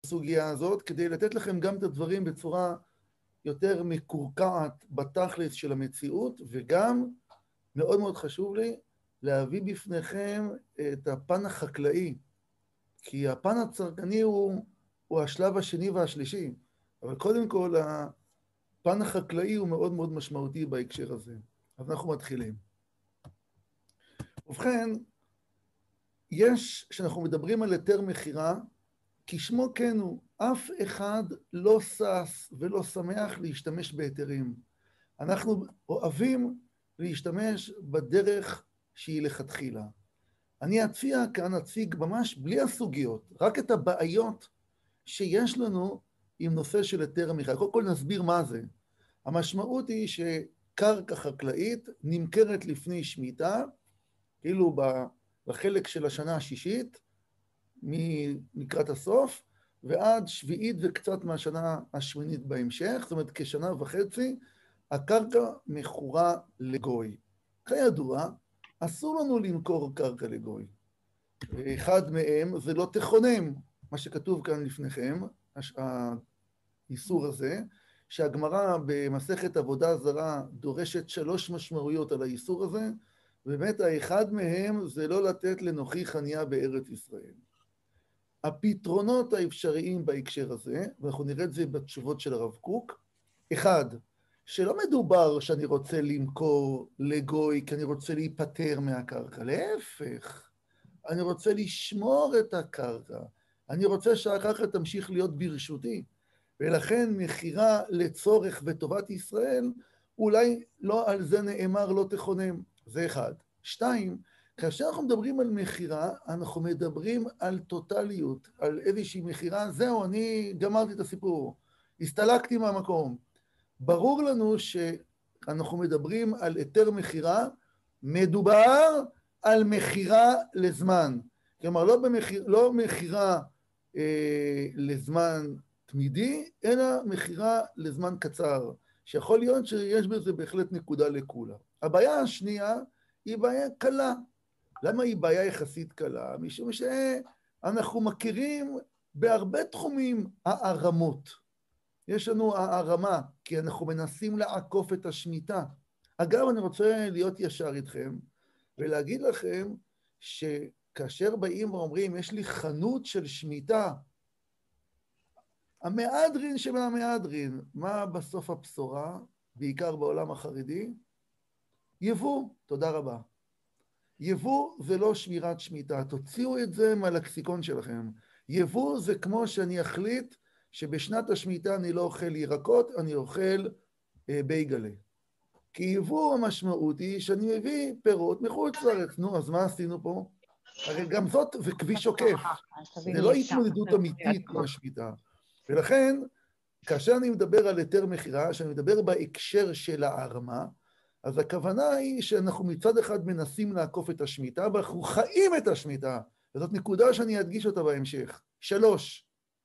בסוגיה הזאת, כדי לתת לכם גם את הדברים בצורה יותר מקורקעת בתכלס של המציאות, וגם מאוד מאוד חשוב לי להביא בפניכם את הפן החקלאי, כי הפן הצרכני הוא השלב השני והשלישי, אבל קודם כל הפן החקלאי הוא מאוד מאוד משמעותי בהקשר הזה. אז אנחנו מתחילים. ובכן, כשאנחנו מדברים על היתר מכירה, כשמו כן הוא, אף אחד לא שש ולא שמח להשתמש בהיתרים. אנחנו אוהבים להשתמש בדרך שהיא לכתחילה. אני אציג ממש בלי הסוגיות, רק את הבעיות שיש לנו עם נושא של היתר מכירה. קודם כל נסביר מה זה. המשמעות היא שקרקע חקלאית נמכרת לפני שמיטה, כאילו בחלק של השנה השישית, לקראת הסוף, ועד שביעית וקצת מהשנה השמינית בהמשך, זאת אומרת כשנה וחצי, הקרקע מכורה לגוי. כידוע, אסור לנו למכור קרקע לגוי. אחד מהם זה לא תכונם, מה שכתוב כאן לפניכם, האיסור הזה, שהגמרא במסכת עבודה זרה דורשת 3 משמעויות על האיסור הזה, ובאמת האחד מהם זה לא לתת לנוכרי חניה בארץ ישראל. הפתרונות האפשריים בהקשר הזה, ואנחנו נראה את זה בתשובות של הרב קוק, אחד, שלא מדובר שאני רוצה למכור לגוי כי אני רוצה להיפטר מהקרקע, להפך, אני רוצה לשמור את הקרקע, אני רוצה שהקרקע תמשיך להיות ברשותי, ולכן מכירה לצורך וטובת ישראל, אולי לא על זה נאמר לא תכונם, זה אחד. 2, כאשר אנחנו מדברים על מכירה, אנחנו מדברים על טוטליות, על איזושהי מכירה, זהו, אני גמרתי את הסיפור, הסתלקתי מהמקום. ברור לנו שאנחנו מדברים על היתר מכירה, מדובר על מכירה לזמן. כלומר, לא מכירה לזמן תמידי, אלא מכירה לזמן קצר, שיכול להיות שיש בזה בהחלט נקודה לכולה. הבעיה השנייה היא בעיה קלה. למה היא בעיה יחסית קלה? משום שאנחנו מכירים בהרבה תחומים הערמות. יש לנו הערמה, כי אנחנו מנסים לעקוף את השמיטה. אגב, אני רוצה להיות ישר איתכם, ולהגיד לכם שכאשר באים ואומרים, יש לי חנות של שמיטה, המהדרין שבמהדרין, מה בסוף הבשורה, בעיקר בעולם החרדי? יבוא, תודה רבה. יבוא זה לא שמירת שמיטה, תוציאו את זה מהלקסיקון שלכם. יבוא זה כמו שאני אחליט שבשנת השמיטה אני לא אוכל ירקות, אני אוכל בייגלה. כי יבוא המשמעות היא שאני מביא פירות מחוץ לארץ. נו, אז מה עשינו פה? הרי גם זאת זה כביש עוקף. זה לא התמודדות אמיתית מהשמיטה. ולכן, כאשר אני מדבר על היתר מכירה, שאני מדבר בהקשר של הערמה, אז הכוונה היא שאנחנו מצד אחד מנסים לעקוף את השמיטה, ואנחנו חיים את השמיטה. וזאת נקודה שאני אדגיש אותה בהמשך. 3,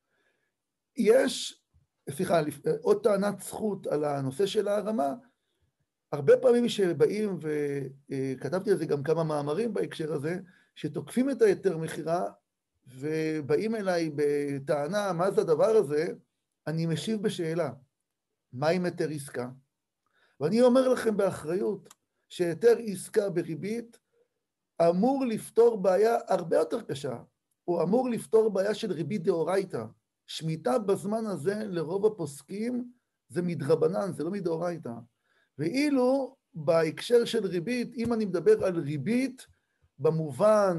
עוד טענת זכות על הנושא של הערמה, הרבה פעמים שבאים, וכתבתי על זה גם כמה מאמרים בהקשר הזה, שתוקפים את היתר מכירה, ובאים אליי בטענה, מה זה הדבר הזה? אני משיב בשאלה, מה עם היתר עסקה? ואני אומר לכם באחריות, שהיתר עסקה בריבית, אמור לפתור בעיה הרבה יותר קשה, הוא אמור לפתור בעיה של ריבית דאורייתא. שמיטה בזמן הזה לרוב הפוסקים זה מדרבנן, זה לא מדאורייתא. ואילו בהקשר של ריבית, אם אני מדבר על ריבית במובן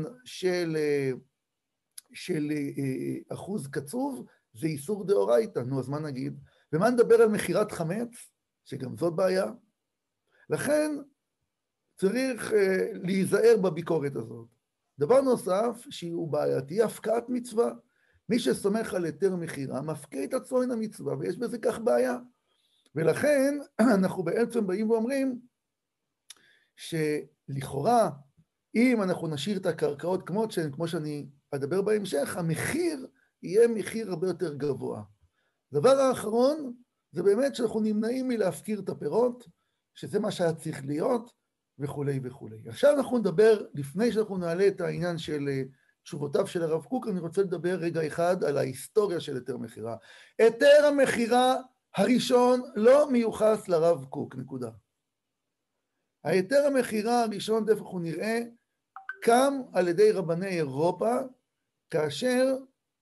של אחוז קצוב, זה איסור דאורייתא. נו, אז מה נגיד? ומה נדבר על מכירת חמץ? שגם זאת בעיה. לכן צריך להיזהר בביקורת הזאת. דבר נוסף שהוא בעייתי, הפקעת מצווה. מי שסומך על היתר מכירה, מפקיע את עצמו מן המצווה, ויש בזה כך בעיה. ולכן אנחנו בעצם באים ואומרים, שלכאורה, אם אנחנו נשאיר את הקרקעות כמו שאני אדבר בהמשך, המחיר יהיה מחיר הרבה יותר גבוה. דבר האחרון, זה באמת שאנחנו נמנעים מלהפקיר את הפירות, שזה מה שהיה צריך להיות, וכו' וכו'. עכשיו אנחנו נדבר, לפני שאנחנו נעלה את העניין של תשובותיו של הרב קוק, אני רוצה לדבר רגע אחד על ההיסטוריה של היתר מכירה. היתר המכירה הראשון לא מיוחס לרב קוק, נקודה. ההיתר המכירה הראשון, דרך אנחנו נראה, קם על ידי רבני אירופה, כאשר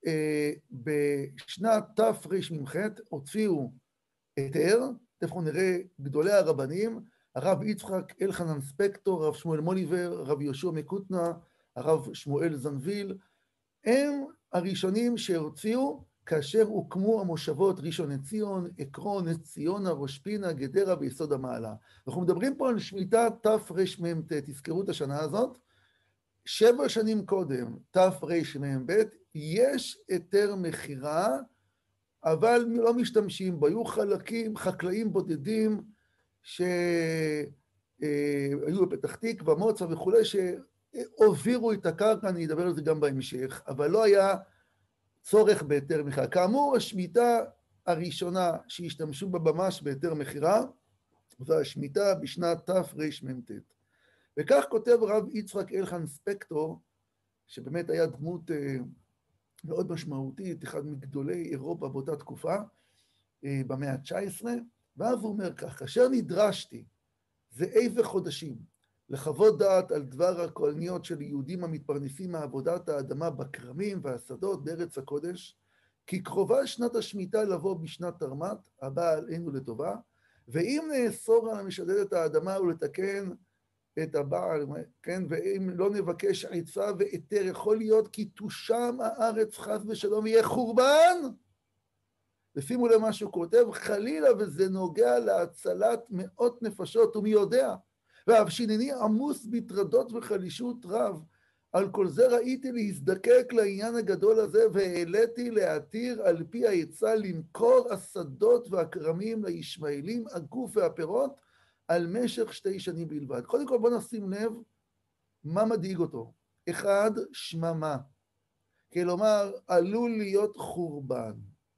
בשנת תרמ"ח הוציאו היתר, דרך אנחנו נראה גדולי הרבנים, הרב יצחק אלחנן ספקטור, הרב שמואל מוליבר, הרב יהושע מקוטנה, הרב שמואל זנביל, הם הראשונים שהוציאו כאשר הוקמו המושבות ראשון לציון, עקרון, נס ציונה, ראש פינה, גדרה ויסוד המעלה. אנחנו מדברים פה על שמיטת תרמ"ט, תזכרו את השנה הזאת, 7 שנים קודם, תרמ"ב, יש היתר מכירה, אבל לא משתמשים בו, היו חקלאים בודדים שהיו בפתח תקווה, מוצא וכולי, שהעבירו את הקרקע, אני אדבר על זה גם בהמשך, אבל לא היה צורך בהיתר מכירה. כאמור, השמיטה הראשונה שהשתמשו בה ממש בהיתר מכירה, זו השמיטה בשנת תרמ"ט. וכך כותב הרב יצחק אלחנן ספקטור, שבאמת היה דמות מאוד משמעותית, אחד מגדולי אירופה באותה תקופה, במאה ה-19, ואז הוא אומר כך, כאשר נדרשתי, זה חודשים, לחוות דעת על דבר הכהניות של יהודים המתפרנסים מעבודת האדמה בכרמים והשדות בארץ הקודש, כי קרובה שנת השמיטה לבוא בשנת תרמ"ט, הבאה עלינו לטובה, ואם נאסור על המשדד את האדמה ולתקן את הבעל, כן, ואם לא נבקש עצה והיתר, יכול להיות כי תושם הארץ חס ושלום יהיה חורבן. ושימו למה שהוא כותב, חלילה וזה נוגע להצלת מאות נפשות, ומי יודע, ואף שינני עמוס בטרדות וחלישות רב, על כל זה ראיתי להזדקק לעניין הגדול הזה, והעליתי להתיר על פי העצה למכור השדות והכרמים לישמעאלים, הגוף והפירות, על משך 2 שנים בלבד. קודם כל בוא נשים לב מה מדאיג אותו. 1, שממה. כלומר, עלול להיות חורבן.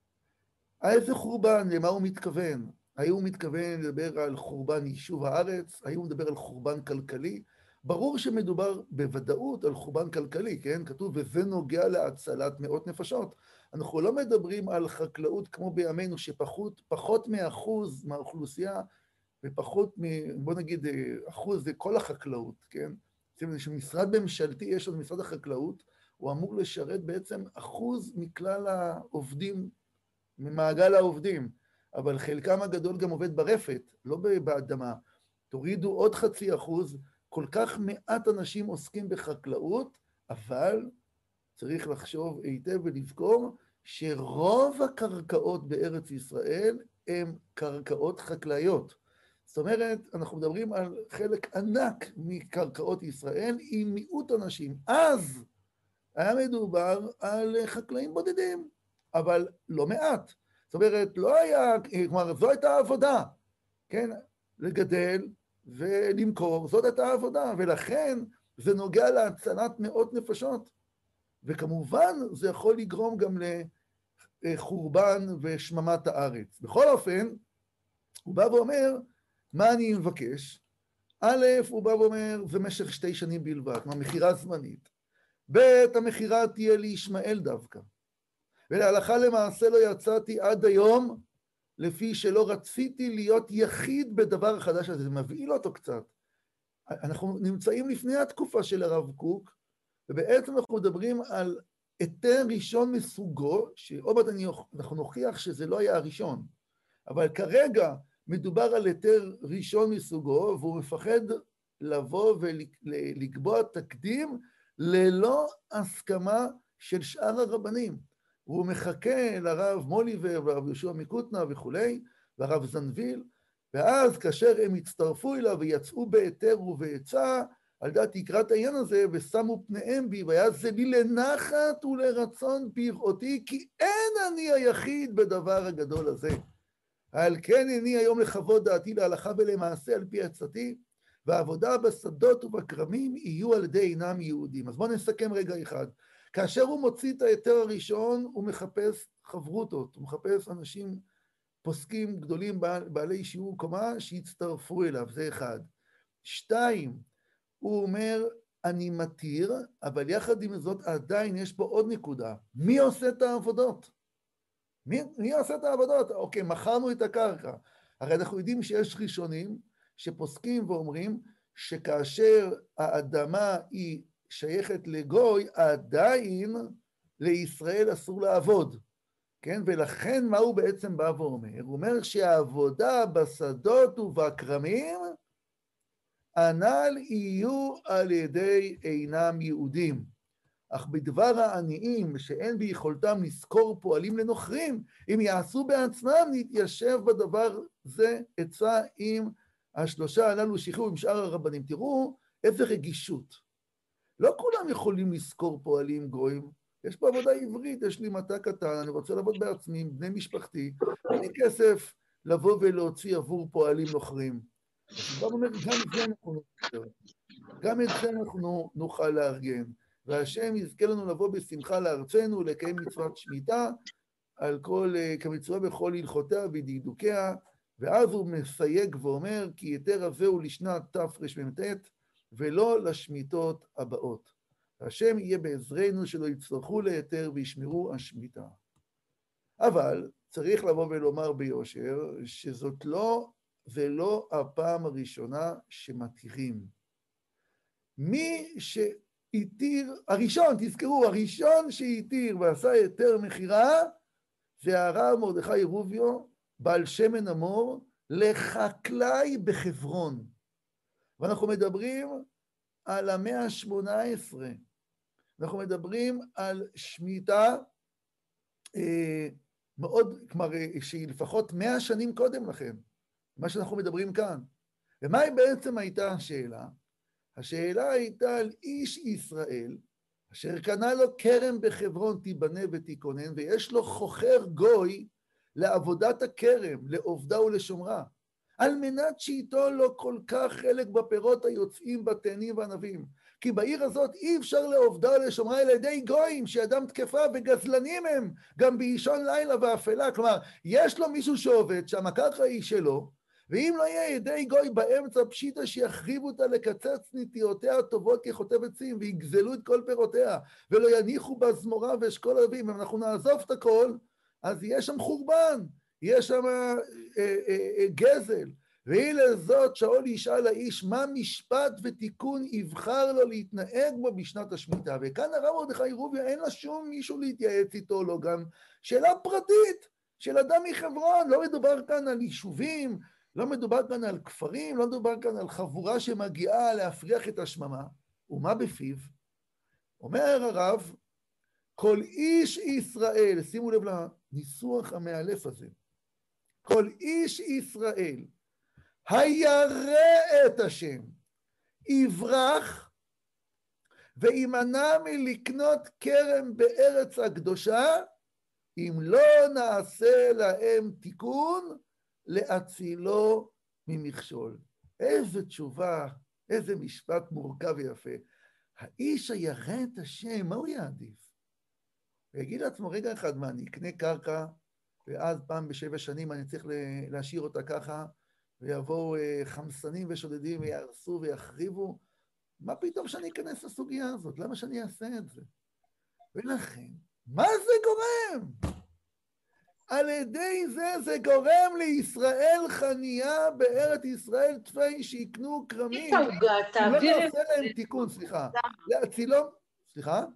איזה חורבן? למה הוא מתכוון? האם הוא מתכוון לדבר על חורבן יישוב הארץ? האם הוא מדבר על חורבן כלכלי? ברור שמדובר בוודאות על חורבן כלכלי, כן? כתוב, וזה נוגע להצלת מאות נפשות. אנחנו לא מדברים על חקלאות כמו בימינו, שפחות מ1% מהאוכלוסייה, ופחות בוא נגיד, אחוז זה כל החקלאות, כן? שמשרד ממשלתי, יש לנו משרד החקלאות, הוא אמור לשרת בעצם 1% מכלל העובדים, ממעגל העובדים, אבל חלקם הגדול גם עובד ברפת, לא באדמה. תורידו עוד 0.5%, כל כך מעט אנשים עוסקים בחקלאות, אבל צריך לחשוב היטב ולזכור שרוב הקרקעות בארץ ישראל הן קרקעות חקלאיות. זאת אומרת, אנחנו מדברים על חלק ענק מקרקעות ישראל עם מיעוט אנשים. אז היה מדובר על חקלאים בודדים, אבל לא מעט. זאת אומרת, לא היה, כלומר, זו הייתה העבודה, כן? לגדל ולמכור, זאת הייתה העבודה, ולכן זה נוגע להצלת מאות נפשות. וכמובן, זה יכול לגרום גם לחורבן ושממת הארץ. בכל אופן, הוא בא ואומר, מה אני מבקש? א', הוא בא ואומר, זה משך 2 שנים בלבד, מכירה זמנית. ב', המכירה תהיה לישמעאל דווקא. ולהלכה למעשה לא יצאתי עד היום, לפי שלא רציתי להיות יחיד בדבר החדש הזה. זה מבהיל אותו קצת. אנחנו נמצאים לפני התקופה של הרב קוק, ובעצם אנחנו מדברים על היתר ראשון מסוגו, שעוד מעט אנחנו נוכיח שזה לא היה הראשון. אבל כרגע מדובר על היתר ראשון מסוגו, והוא מפחד לבוא ולקבוע תקדים ללא הסכמה של שאר הרבנים. והוא מחכה לרב מוליבר והרב יהושע מקוטנה וכולי, והרב זנביל, ואז כאשר הם הצטרפו אליו ויצאו בהיתר ובעצה, על דעת יקרת העניין הזה, ושמו פניהם בי, והיה זה לי לנחת ולרצון בראותי, כי אין אני היחיד בדבר הגדול הזה. על כן איני היום לחוות דעתי להלכה ולמעשה על פי עצתי, והעבודה בשדות ובכרמים יהיו על ידי אינם יהודים. אז בואו נסכם רגע אחד. כאשר הוא מוציא את ההיתר הראשון, הוא מחפש חברותות, הוא מחפש אנשים פוסקים גדולים בעלי שיעור קומה שיצטרפו אליו, זה 1. 2, הוא אומר, אני מתיר, אבל יחד עם זאת עדיין יש פה עוד נקודה. מי עושה את העבודות? מי עושה את העבודות? אוקיי, מכרנו את הקרקע. הרי אנחנו יודעים שיש ראשונים שפוסקים ואומרים שכאשר האדמה היא שייכת לגוי, עדיין לישראל אסור לעבוד. כן? ולכן מה הוא בעצם בא ואומר? הוא אומר שהעבודה בשדות ובכרמים, הנ"ל יהיו על ידי אינם יהודים. אך בדבר העניים שאין ביכולתם לשכור פועלים לנוכרים, אם יעשו בעצמם נתיישב בדבר זה עצה עם השלושה הללו שחררו עם שאר הרבנים. תראו איזה רגישות. לא כולם יכולים לשכור פועלים גויים. יש פה עבודה עברית, יש לי מטע קטן, אני רוצה לעבוד בעצמי עם בני משפחתי, אין לי כסף לבוא ולהוציא עבור פועלים נוכרים. אז הוא אומר, גם את זה אנחנו נוכל. גם את זה אנחנו נוכל לארגן. והשם יזכה לנו לבוא בשמחה לארצנו, לקיים מצוות שמיטה, על כל, כמצווה בכל הלכותיה ודידוקיה, ואז הוא מסייג ואומר, כי היתר הזה הוא לשנת תרמ"ט, ולא לשמיטות הבאות. השם יהיה בעזרנו שלא יצטרכו להיתר וישמרו השמיטה. אבל צריך לבוא ולומר ביושר, שזאת לא, ולא הפעם הראשונה שמתירים. מי שהתיר, הראשון, תזכרו, הראשון שהתיר ועשה היתר מכירה, זה הרב מרדכי רוביו, בעל שמן אמור, לחקלאי בחברון. ואנחנו מדברים על המאה ה-18. אנחנו מדברים על שמיטה מאוד, כלומר, שהיא לפחות 100 שנים קודם לכן, מה שאנחנו מדברים כאן. ומה בעצם הייתה השאלה? השאלה הייתה על איש ישראל, אשר קנה לו כרם בחברון תיבנה ותיכונן, ויש לו חוכר גוי לעבודת הכרם, לעובדה ולשומרה, על מנת שאיתו לא כל כך חלק בפירות היוצאים בתאנים והענבים. כי בעיר הזאת אי אפשר לעובדה ולשומרה על ידי גויים, שידם תקפה וגזלנים הם, גם באישון לילה ואפלה. כלומר, יש לו מישהו שעובד, שהקרקע היא שלו, ואם לא יהיה ידי גוי באמצע פשיטה שיחריבו אותה לקצץ נטיותיה הטובות כחוטב עצים, ויגזלו את כל פירותיה, ולא יניחו בה זמורה ואשכול אביב. אם אנחנו נעזוב את הכל, אז יהיה שם חורבן, יהיה שם גזל. והיא לזאת שאול ישאל האיש, מה משפט ותיקון יבחר לו להתנהג בו בשנת השמיטה? וכאן הרב מרדכי רוביו אין לה שום מישהו להתייעץ איתו, לא גם שאלה פרטית של אדם מחברון. לא מדובר כאן על יישובים, לא מדובר כאן על כפרים, לא מדובר כאן על חבורה שמגיעה להפריח את השממה. ומה בפיו? אומר הרב, כל איש ישראל, שימו לב לניסוח המאלף הזה, כל איש ישראל, הירא את השם, יברח, וימנע מלקנות כרם בארץ הקדושה, אם לא נעשה להם תיקון, להצילו ממכשול. איזה תשובה, איזה משפט מורכב ויפה. האיש הירא את השם, מה הוא יעדיף? הוא יגיד לעצמו, רגע אחד, מה, אני אקנה קרקע, ואז פעם ב7 שנים אני צריך להשאיר אותה ככה, ויבואו חמסנים ושודדים ויהרסו ויחריבו? מה פתאום שאני אכנס לסוגיה הזאת? למה שאני אעשה את זה? ולכן, מה זה גורם? על ידי זה גורם לישראל חנייה בארץ ישראל תפי שיקנו כרמים. אם לא נעשה להם תיקון, סליחה, להצילום, סליחה?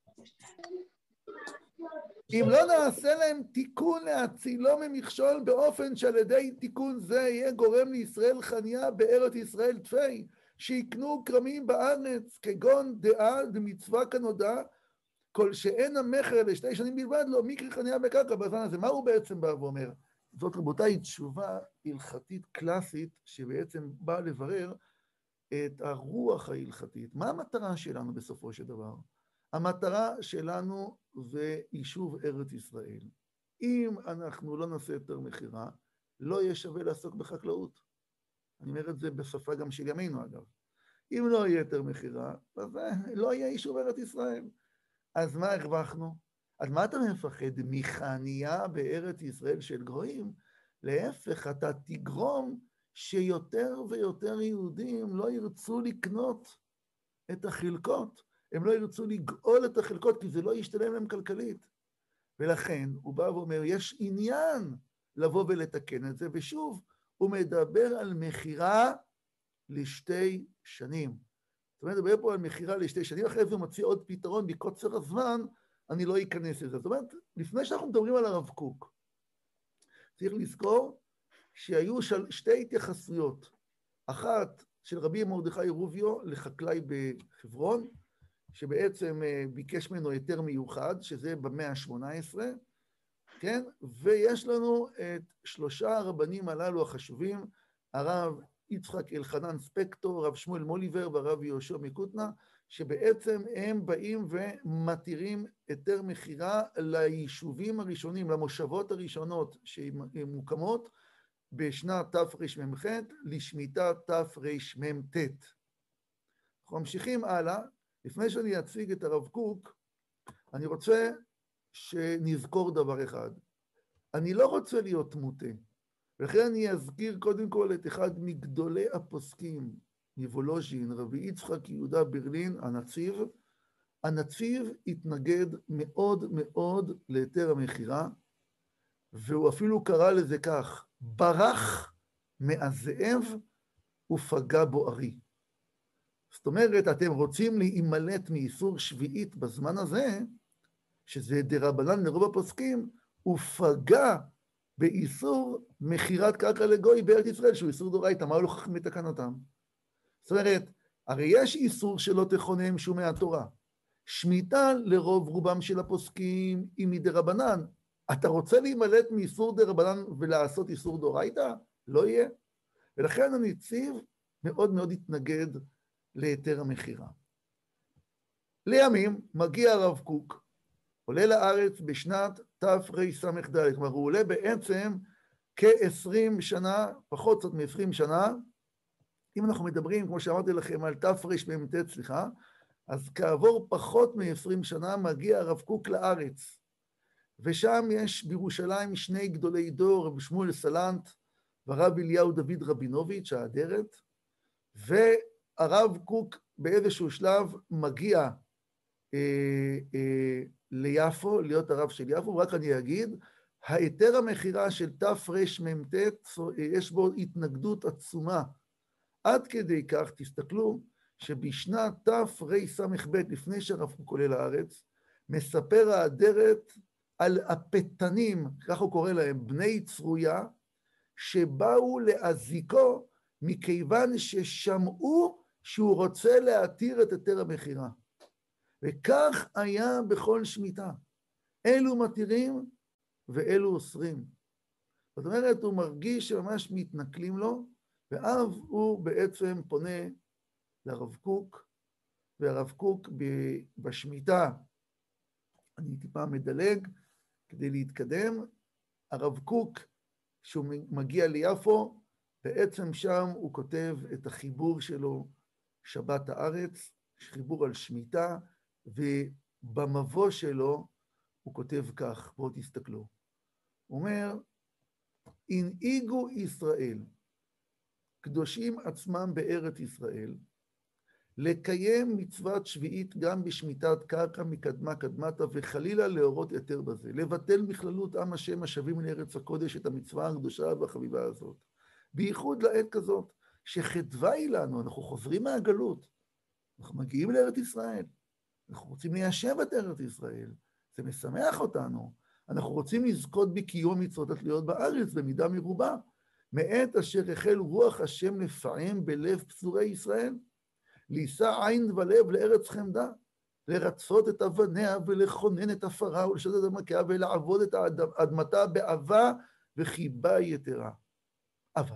אם לא נעשה להם תיקון להצילו ממכשול באופן שעל ידי תיקון זה יהיה גורם לישראל חנייה בארץ ישראל תפי שיקנו כרמים בארץ, כגון דעה דמצווה כנודע, כל שאין המכר ל2 שנים בלבד, לא מקרי חניה בקרקע בזמן הזה. מה הוא בעצם בא ואומר? זאת רבותיי תשובה הלכתית קלאסית, שבעצם באה לברר את הרוח ההלכתית. מה המטרה שלנו בסופו של דבר? המטרה שלנו זה יישוב ארץ ישראל. אם אנחנו לא נעשה יותר מכירה, לא יהיה שווה לעסוק בחקלאות. אני אומר את זה בשפה גם של ימינו אגב. אם לא יהיה יותר מכירה, אז לא יהיה יישוב ארץ ישראל. אז מה הרווחנו? אז מה אתה מפחד? מחנייה בארץ ישראל של גויים? להפך, אתה תגרום שיותר ויותר יהודים לא ירצו לקנות את החלקות, הם לא ירצו לגאול את החלקות, כי זה לא ישתלם להם כלכלית. ולכן הוא בא ואומר, יש עניין לבוא ולתקן את זה, ושוב, הוא מדבר על מחירה לשתי שנים. זאת אומרת, הוא מדבר פה על מחירה לשתי שנים, אחרי זה הוא מציע עוד פתרון, בקוצר הזמן, אני לא אכנס לזה. זאת אומרת, לפני שאנחנו מדברים על הרב קוק, צריך לזכור שהיו שתי התייחסויות. אחת של רבי מרדכי רוביו לחקלאי בחברון, שבעצם ביקש ממנו היתר מיוחד, שזה במאה ה-18, כן? ויש לנו את שלושה הרבנים הללו החשובים, הרב יצחק אלחנן ספקטור, הרב שמואל מוליבר והרב יהושע מקוטנה, שבעצם הם באים ומתירים היתר מחירה ליישובים הראשונים, למושבות הראשונות שמוקמות בשנת תרמ"ח לשמיטת תרמ"ט. אנחנו ממשיכים הלאה. לפני שאני אציג את הרב קוק, אני רוצה שנזכור דבר אחד. אני לא רוצה להיות מוטה, ולכן אני אזכיר קודם כל את אחד מגדולי הפוסקים מוולוז'ין, רבי יצחק יהודה ברלין, הנציב. הנציב התנגד מאוד מאוד להיתר המכירה, והוא אפילו קרא לזה כך, ברח מהזאב ופגע בו ארי. זאת אומרת, אתם רוצים להימלט מאיסור שביעית בזמן הזה, שזה דרבנן לרוב הפוסקים, ופגע באיסור מכירת קרקע לגוי בארץ ישראל, שהוא איסור דאורייתא, מה לא חכמים לתקנותם? זאת אומרת, הרי יש איסור שלא תכונם שומי התורה. שמיטה לרוב רובם של הפוסקים היא מדרבנן. אתה רוצה להימלט מאיסור דרבנן ולעשות איסור דאורייתא? לא יהיה. ולכן הנציב מאוד מאוד התנגד להיתר המכירה. לימים מגיע הרב קוק, עולה לארץ בשנת תרס"ד, כלומר הוא עולה בעצם כ-20 שנה, פחות קצת מ-20 שנה, אם אנחנו מדברים, כמו שאמרתי לכם, על תרמ"ט, אז כעבור פחות מ-20 שנה מגיע הרב קוק לארץ, ושם יש בירושלים שני גדולי דור, רב שמואל סלנט והרב אליהו דוד רבינוביץ' האדרת, והרב קוק באיזשהו שלב מגיע ליפו, להיות הרב של יפו, ורק אני אגיד, היתר המכירה של תרמ"ט, יש בו התנגדות עצומה, עד כדי כך, תסתכלו, שבשנת תרס"ב, לפני שהרב קוק עולה לארץ, מספר האדרת על הפתנים, כך הוא קורא להם, בני צרויה, שבאו להזיקו מכיוון ששמעו שהוא רוצה להתיר את היתר המכירה. וכך היה בכל שמיטה. אלו מתירים ואלו אוסרים. זאת אומרת, הוא מרגיש שממש מתנכלים לו, ואז הוא בעצם פונה לרב קוק, והרב קוק בשמיטה, אני טיפה מדלג כדי להתקדם, הרב קוק, כשהוא מגיע ליפו, בעצם שם הוא כותב את החיבור שלו, שבת הארץ, חיבור על שמיטה, ובמבוא שלו הוא כותב כך, בואו תסתכלו. הוא אומר, הנהיגו ישראל, קדושים עצמם בארץ ישראל, לקיים מצוות שביעית גם בשמיטת קרקע מקדמה קדמתה, וחלילה להורות יותר בזה, לבטל בכללות עם השם השבים לארץ הקודש את המצווה הקדושה והחביבה הזאת. בייחוד לעת כזאת, שחדווה היא לנו, אנחנו חוזרים מהגלות, אנחנו מגיעים לארץ ישראל, אנחנו רוצים ליישב את ארץ ישראל, זה משמח אותנו, אנחנו רוצים לזכות בקיום מצוות התלויות בארץ במידה מרובה, מעת אשר החל רוח השם לפעם בלב פזורי ישראל, לישא עין ולב לארץ חמדה, לרצות את אבניה ולכונן את עפרה ולשתת את עמקיה ולעבוד את אדמתה באהבה וחיבה יתרה. אבל,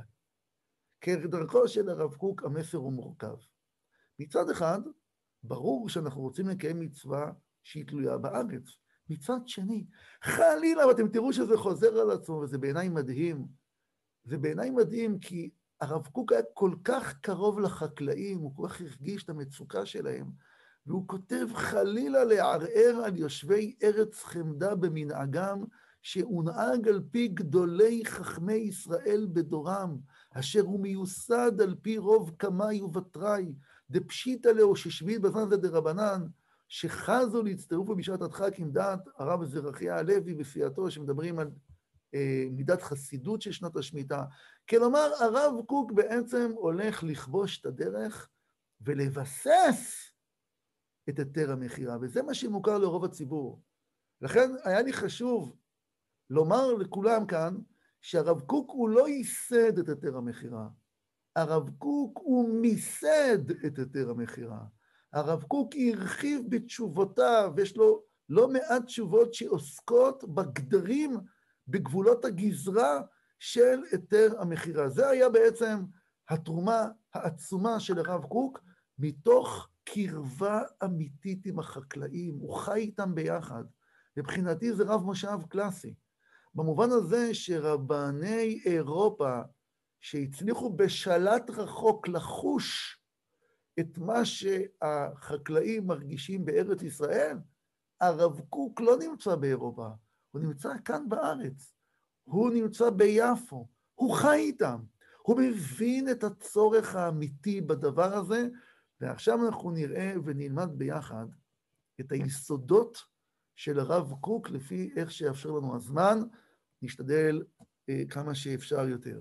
כדרכו של הרב קוק המסר הוא מורכב. מצד אחד, ברור שאנחנו רוצים לקיים מצווה שהיא תלויה בארץ. מצד שני, חלילה, ואתם תראו שזה חוזר על עצמו, וזה בעיניי מדהים. זה בעיניי מדהים כי הרב קוק היה כל כך קרוב לחקלאים, הוא כל כך הרגיש את המצוקה שלהם, והוא כותב חלילה לערער על יושבי ארץ חמדה במנהגם, שהונהג על פי גדולי חכמי ישראל בדורם, אשר הוא מיוסד על פי רוב קמאי ובטראי, דפשיטא לאו ששביעית בזמן זה דרבנן, שחזו להצטרפו בשעת הדחק עם דעת הרב זרחיה הלוי וסיעתו, שמדברים על מידת חסידות של שנת השמיטה. כלומר, הרב קוק בעצם הולך לכבוש את הדרך ולבסס את היתר המכירה, וזה מה שמוכר לרוב הציבור. לכן היה לי חשוב לומר לכולם כאן, שהרב קוק הוא לא ייסד את היתר המכירה, הרב קוק הוא מיסד את היתר המכירה. הרב קוק הרחיב בתשובותיו, ויש לו לא מעט תשובות שעוסקות בגדרים, בגבולות הגזרה של היתר המכירה. זה היה בעצם התרומה העצומה של הרב קוק, מתוך קרבה אמיתית עם החקלאים, הוא חי איתם ביחד. מבחינתי זה רב מושב קלאסי. במובן הזה שרבני אירופה, שהצליחו בשלט רחוק לחוש את מה שהחקלאים מרגישים בארץ ישראל, הרב קוק לא נמצא באירופה, הוא נמצא כאן בארץ, הוא נמצא ביפו, הוא חי איתם, הוא מבין את הצורך האמיתי בדבר הזה, ועכשיו אנחנו נראה ונלמד ביחד את היסודות של הרב קוק, לפי איך שיאפשר לנו הזמן, נשתדל כמה שאפשר יותר.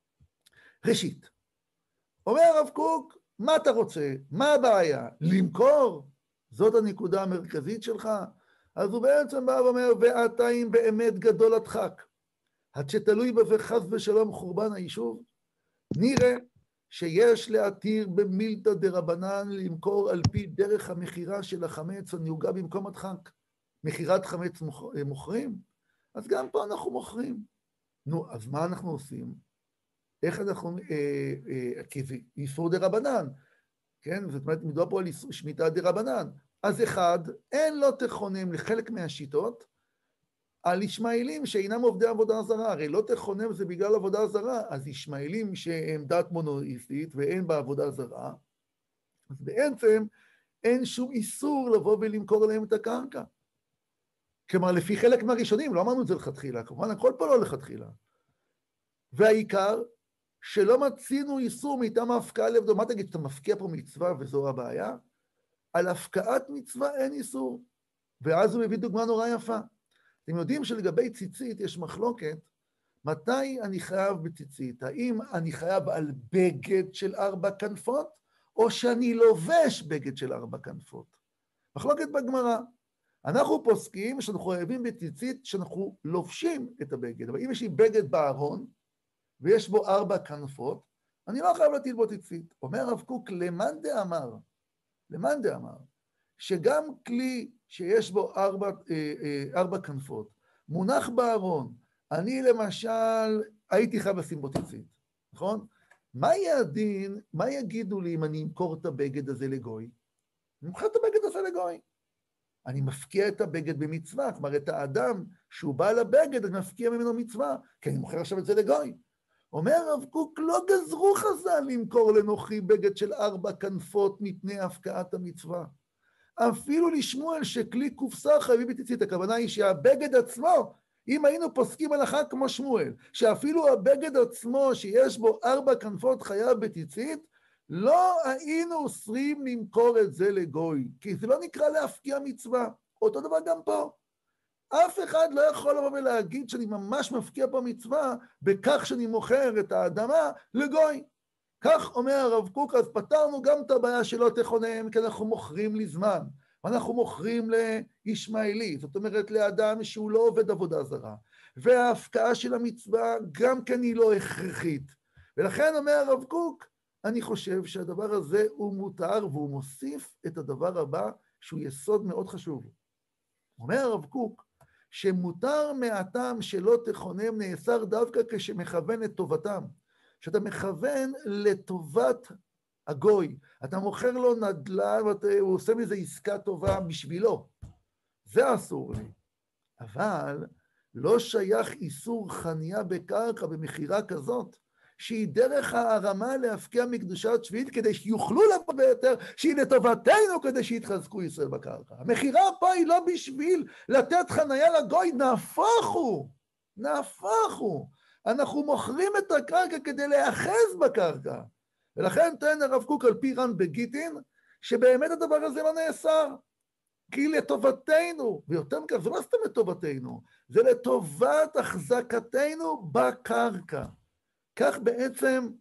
ראשית, אומר הרב קוק, מה אתה רוצה? מה הבעיה? למכור? זאת הנקודה המרכזית שלך? אז הוא בעצם בא ואומר, ואתה אם באמת גדול הדחק, עד שתלוי בזה חס ושלום חורבן היישוב, נראה שיש להתיר במילתא דרבנן למכור על פי דרך המכירה של החמץ הנהוגה במקום הדחק. מכירת חמץ מוכרים? אז גם פה אנחנו מוכרים. נו, אז מה אנחנו עושים? איך אנחנו, כי זה איסור דרבנן, כן? זאת אומרת, מדובר פה על שמיטה דרבנן. אז אחד, אין לו תכונם לחלק מהשיטות, על ישמעאלים שאינם עובדי עבודה זרה, הרי לא תכונם זה בגלל עבודה זרה, אז ישמעאלים שהם דת מונותאיסטית ואין בה עבודה זרה, אז בעצם אין שום איסור לבוא ולמכור להם את הקרקע. כלומר, לפי חלק מהראשונים, לא אמרנו את זה לכתחילה, כמובן, הכל פה לא לכתחילה. והעיקר, שלא מצינו איסור מטעם ההפקעה לבדו. מה תגיד, שאתה מפקיע פה מצווה וזו הבעיה? על הפקעת מצווה אין איסור. ואז הוא מביא דוגמה נורא יפה. אתם יודעים שלגבי ציצית יש מחלוקת, מתי אני חייב בציצית? האם אני חייב על בגד של 4 כנפות, או שאני לובש בגד של 4 כנפות? מחלוקת בגמרא. אנחנו פוסקים שאנחנו חייבים בציצית שאנחנו לובשים את הבגד, אבל אם יש לי בגד בארון, ויש בו 4 כנפות, אני לא חייב להטיל בו ציצית. אומר הרב קוק, למאן דאמר, שגם כלי שיש בו 4 כנפות, מונח בארון, אני למשל הייתי חייב לשים בו ציצית, נכון? מה יהיה הדין, מה יגידו לי אם אני אמכור את הבגד הזה לגוי? אני מוכר את הבגד הזה לגוי. אני מפקיע את הבגד במצווה, כלומר את האדם שהוא בעל הבגד, אני מפקיע ממנו מצווה, כי אני מוכר עכשיו את זה לגוי. אומר הרב קוק, לא גזרו חז"ל למכור לנוכרי בגד של 4 כנפות מפני הפקעת המצווה. אפילו לשמואל שכלי קופסה חייבים בציצית, הכוונה היא שהבגד עצמו, אם היינו פוסקים הלכה כמו שמואל, שאפילו הבגד עצמו שיש בו 4 כנפות חייב בציצית, לא היינו אוסרים למכור את זה לגוי, כי זה לא נקרא להפקיע מצווה. אותו דבר גם פה. אף אחד לא יכול לבוא ולהגיד שאני ממש מפקיע פה מצווה, בכך שאני מוכר את האדמה לגוי. כך אומר הרב קוק, אז פתרנו גם את הבעיה שלא תכונם, כי אנחנו מוכרים לזמן, ואנחנו מוכרים לישמעאלי, זאת אומרת לאדם שהוא לא עובד עבודה זרה, וההפקעה של המצווה גם כן היא לא הכרחית. ולכן אומר הרב קוק, אני חושב שהדבר הזה הוא מותר, והוא מוסיף את הדבר הבא, שהוא יסוד מאוד חשוב. אומר הרב קוק, שמותר מהטעם שלא תכונם נאסר דווקא כשמכוון את טובתם. שאתה מכוון לטובת הגוי, אתה מוכר לו נדל"ן, והוא עושה מזה עסקה טובה בשבילו. זה אסור לי. אבל לא שייך איסור חניה בקרקע במחירה כזאת, שהיא דרך הערמה להפקיע מקדושת שביעית, כדי שיוכלו לבוא ביותר, שהיא לטובתנו כדי שיתחזקו ישראל בקרקע. המחירה פה היא לא בשביל לתת חניה לגוי, נהפוך הוא. אנחנו מוכרים את הקרקע כדי להיאחז בקרקע. ולכן טוען הרב קוק על פי ר"ן בגיטין, שבאמת הדבר הזה לא נאסר. כי לטובתנו, ויותר מכך, זה לא סתם לטובתנו, זה לטובת החזקתנו בקרקע. כך בעצם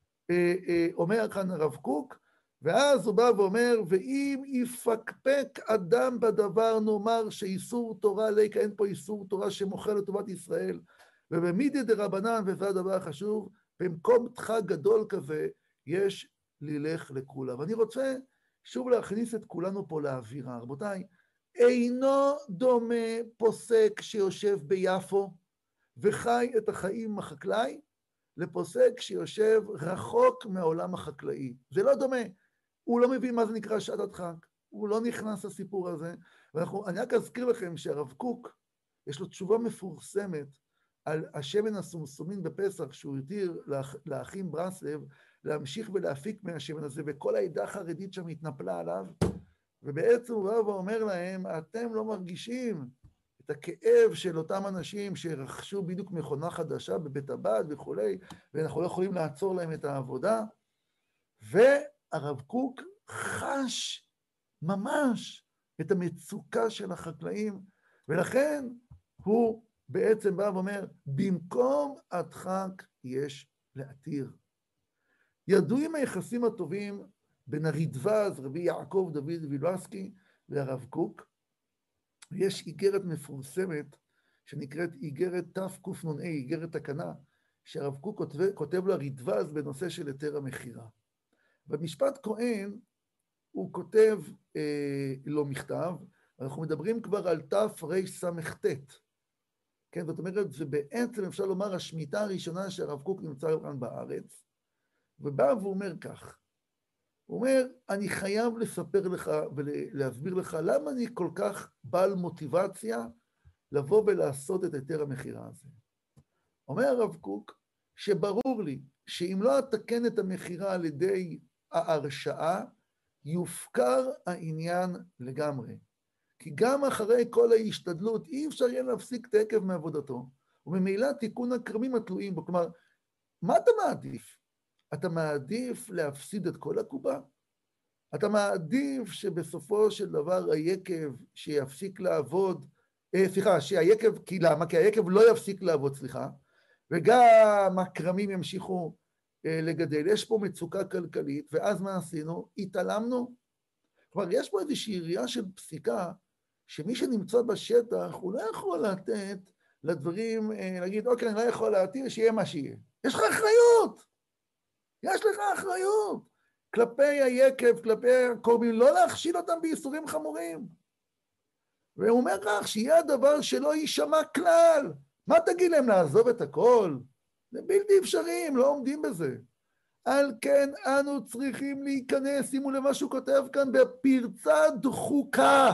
אומר כאן הרב קוק, ואז הוא בא ואומר, ואם יפקפק אדם בדבר, נאמר שאיסור תורה ליקה, אין פה איסור תורה שמוכר לטובת ישראל, ובמידי דרבנן, וזה הדבר החשוב, במקום דחק גדול כזה, יש ללך לכולה. ואני רוצה שוב להכניס את כולנו פה לאווירה. רבותיי, אינו דומה פוסק שיושב ביפו, וחי את החיים החקלאי, לפוסק שיושב רחוק מהעולם החקלאי. זה לא דומה. הוא לא מבין מה זה נקרא שעת הדחק. הוא לא נכנס לסיפור הזה. אני רק אזכיר לכם שהרב קוק, יש לו תשובה מפורסמת על השמן הסומסומין בפסח, שהוא התיר לאחים ברסלב להמשיך ולהפיק מהשמן הזה, וכל העדה החרדית שם התנפלה עליו, ובעצם הוא בא ואומר להם, אתם לא מרגישים את הכאב של אותם אנשים שרכשו בדיוק מכונה חדשה בבית הבד וכולי, ואנחנו לא יכולים לעצור להם את העבודה. והרב קוק חש ממש את המצוקה של החקלאים, ולכן הוא בעצם בא ואומר, במקום הדחק יש להתיר. ידועים היחסים הטובים בין הרדווז, רבי יעקב דוד וילבסקי, והרב קוק. יש איגרת מפורסמת שנקראת איגרת תקנ"ה, איגרת תקנה, שהרב קוק כותב לרדווז בנושא של היתר המכירה. במשפט כהן הוא כותב לו מכתב, אנחנו מדברים כבר על תרס"ט. כן, זאת אומרת, זה בעצם אפשר לומר השמיטה הראשונה שהרב קוק נמצא כאן בארץ, ובא ואומר כך, הוא אומר, אני חייב לספר לך ולהסביר לך למה אני כל כך בעל מוטיבציה לבוא ולעשות את היתר המכירה הזה. אומר הרב קוק, שברור לי שאם לא אתקן את המכירה על ידי ההרשאה, יופקר העניין לגמרי. כי גם אחרי כל ההשתדלות, אי אפשר יהיה להפסיק את העקב מעבודתו, וממילא תיקון הכרמים התלויים בו. כלומר, מה אתה מעדיף? אתה מעדיף להפסיד את כל הקובה? אתה מעדיף שבסופו של דבר היקב שיפסיק לעבוד, שהיקב, כי למה? כי היקב לא יפסיק לעבוד, וגם הכרמים ימשיכו לגדל. יש פה מצוקה כלכלית, ואז מה עשינו? התעלמנו. כלומר, יש פה איזושהי ראייה של פסיקה, שמי שנמצא בשטח, הוא לא יכול לתת לדברים, להגיד, אוקיי, אני לא יכול להתיר, שיהיה מה שיהיה. יש לך אחריות! יש לך אחריות! כלפי היקב, כלפי הקורבן, לא להכשיל אותם בייסורים חמורים. והוא אומר כך, שיהיה הדבר שלא יישמע כלל. מה תגיד להם, לעזוב את הכל? זה בלתי אפשרי, הם לא עומדים בזה. על כן אנו צריכים להיכנס, שימו למה שהוא כותב כאן, בפרצה דחוקה.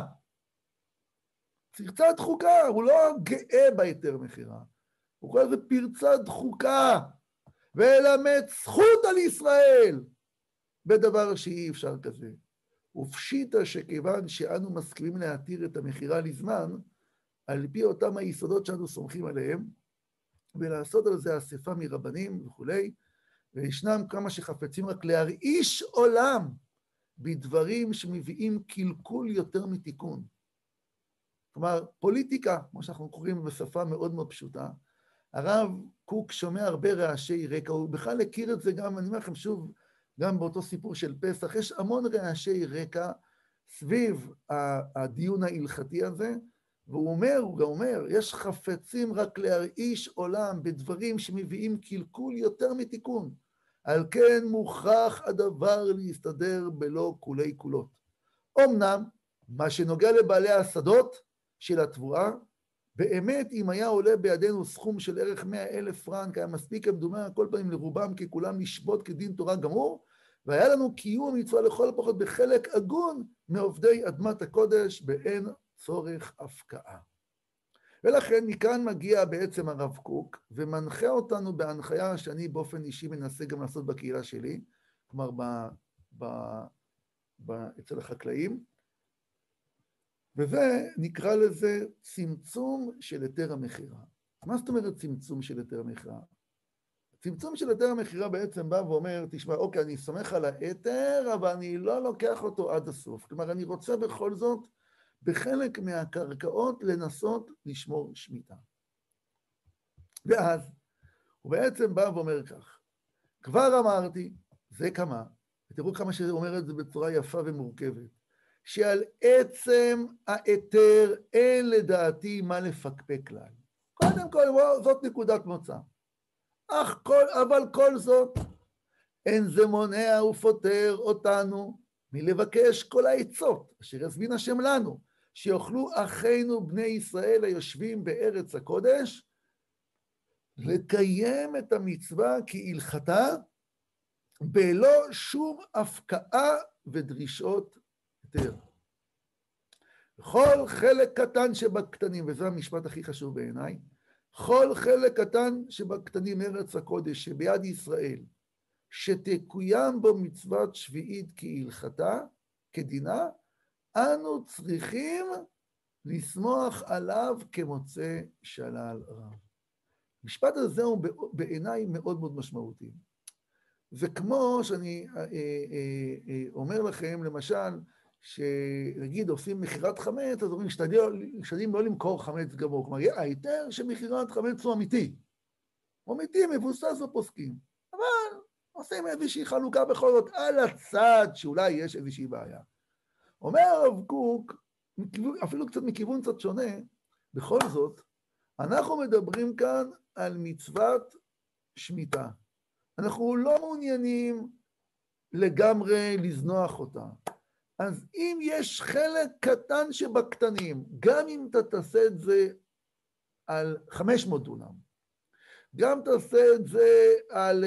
פרצה דחוקה, הוא לא גאה ביתר מכירה. הוא קורא לזה פרצה דחוקה, ולמד זכות על ישראל, בדבר שאי אפשר כזה. ופשיטה שכיוון שאנו מסכימים להתיר את המכירה לזמן, על פי אותם היסודות שאנו סומכים עליהם, ולעשות על זה אספה מרבנים וכולי, וישנם כמה שחפצים רק להרעיש עולם בדברים שמביאים קלקול יותר מתיקון. כלומר, פוליטיקה, כמו שאנחנו קוראים בשפה מאוד מאוד פשוטה, הרב קוק שומע הרבה רעשי רקע, הוא בכלל הכיר את זה גם, אני אומר לכם שוב, גם באותו סיפור של פסח, יש המון רעשי רקע סביב הדיון ההלכתי הזה, הוא גם אומר, יש חפצים רק להרעיש עולם בדברים שמביאים קלקול יותר מתיקון. על כן מוכרח הדבר להסתדר בלא כולי כולות. אמנם, מה שנוגע לבעלי השדות של התבואה, באמת אם היה עולה בידינו סכום של ערך 100,000 פרנק, היה מספיק כמדומה על כל פעמים לרובם ככולם לשבות כדין תורה גמור, והיה לנו קיום מצווה לכל הפחות בחלק הגון מעובדי אדמת הקודש באין צורך הפקעה. ולכן מכאן מגיע בעצם הרב קוק, ומנחה אותנו בהנחיה שאני באופן אישי מנסה גם לעשות בקהילה שלי, כלומר אצל החקלאים, וזה נקרא לזה צמצום של היתר המכירה. מה זאת אומרת צמצום של היתר המכירה? צמצום של היתר המכירה בעצם בא ואומר, תשמע, אוקיי, אני סומך על היתר, אבל אני לא לוקח אותו עד הסוף. כלומר, אני רוצה בכל זאת, בחלק מהקרקעות, לנסות לשמור שמיטה. ואז, הוא בעצם בא ואומר כך, כבר אמרתי, זה כמה, ותראו כמה שהוא אומר את זה בצורה יפה ומורכבת, שעל עצם היתר אין לדעתי מה לפקפק כלל. קודם כל, זאת נקודת מוצא. אבל כל זאת, אין זה מונע ופותר אותנו מלבקש כל העצות, אשר יזמין השם לנו, שיוכלו אחינו בני ישראל היושבים בארץ הקודש, לקיים את המצווה כהלכתה, בלא שום הפקעה ודרישות יותר. כל חלק קטן שבקטנים, וזה המשפט הכי חשוב בעיניי, כל חלק קטן שבקטנים ארץ הקודש שביד ישראל, שתקוים בו מצוות שביעית כהלכתה, כדינה, אנו צריכים לשמוח עליו כמוצא שלל רב. המשפט הזה הוא בעיניי מאוד מאוד משמעותי. וכמו שאני אומר לכם, למשל, שנגיד עושים מכירת חמץ, אז אומרים, משתדלים לא למכור חמץ גמור. כלומר, ההיתר שמכירת חמץ הוא אמיתי. הוא אמיתי, מבוסס בפוסקים. אבל עושים איזושהי חלוקה בכל זאת על הצד שאולי יש איזושהי בעיה. אומר הרב קוק, אפילו קצת מכיוון קצת שונה, בכל זאת, אנחנו מדברים כאן על מצוות שמיטה. אנחנו לא מעוניינים לגמרי לזנוח אותה. אז אם יש חלק קטן שבקטנים, גם אם אתה תעשה את זה על 500 דונם, גם תעשה את זה על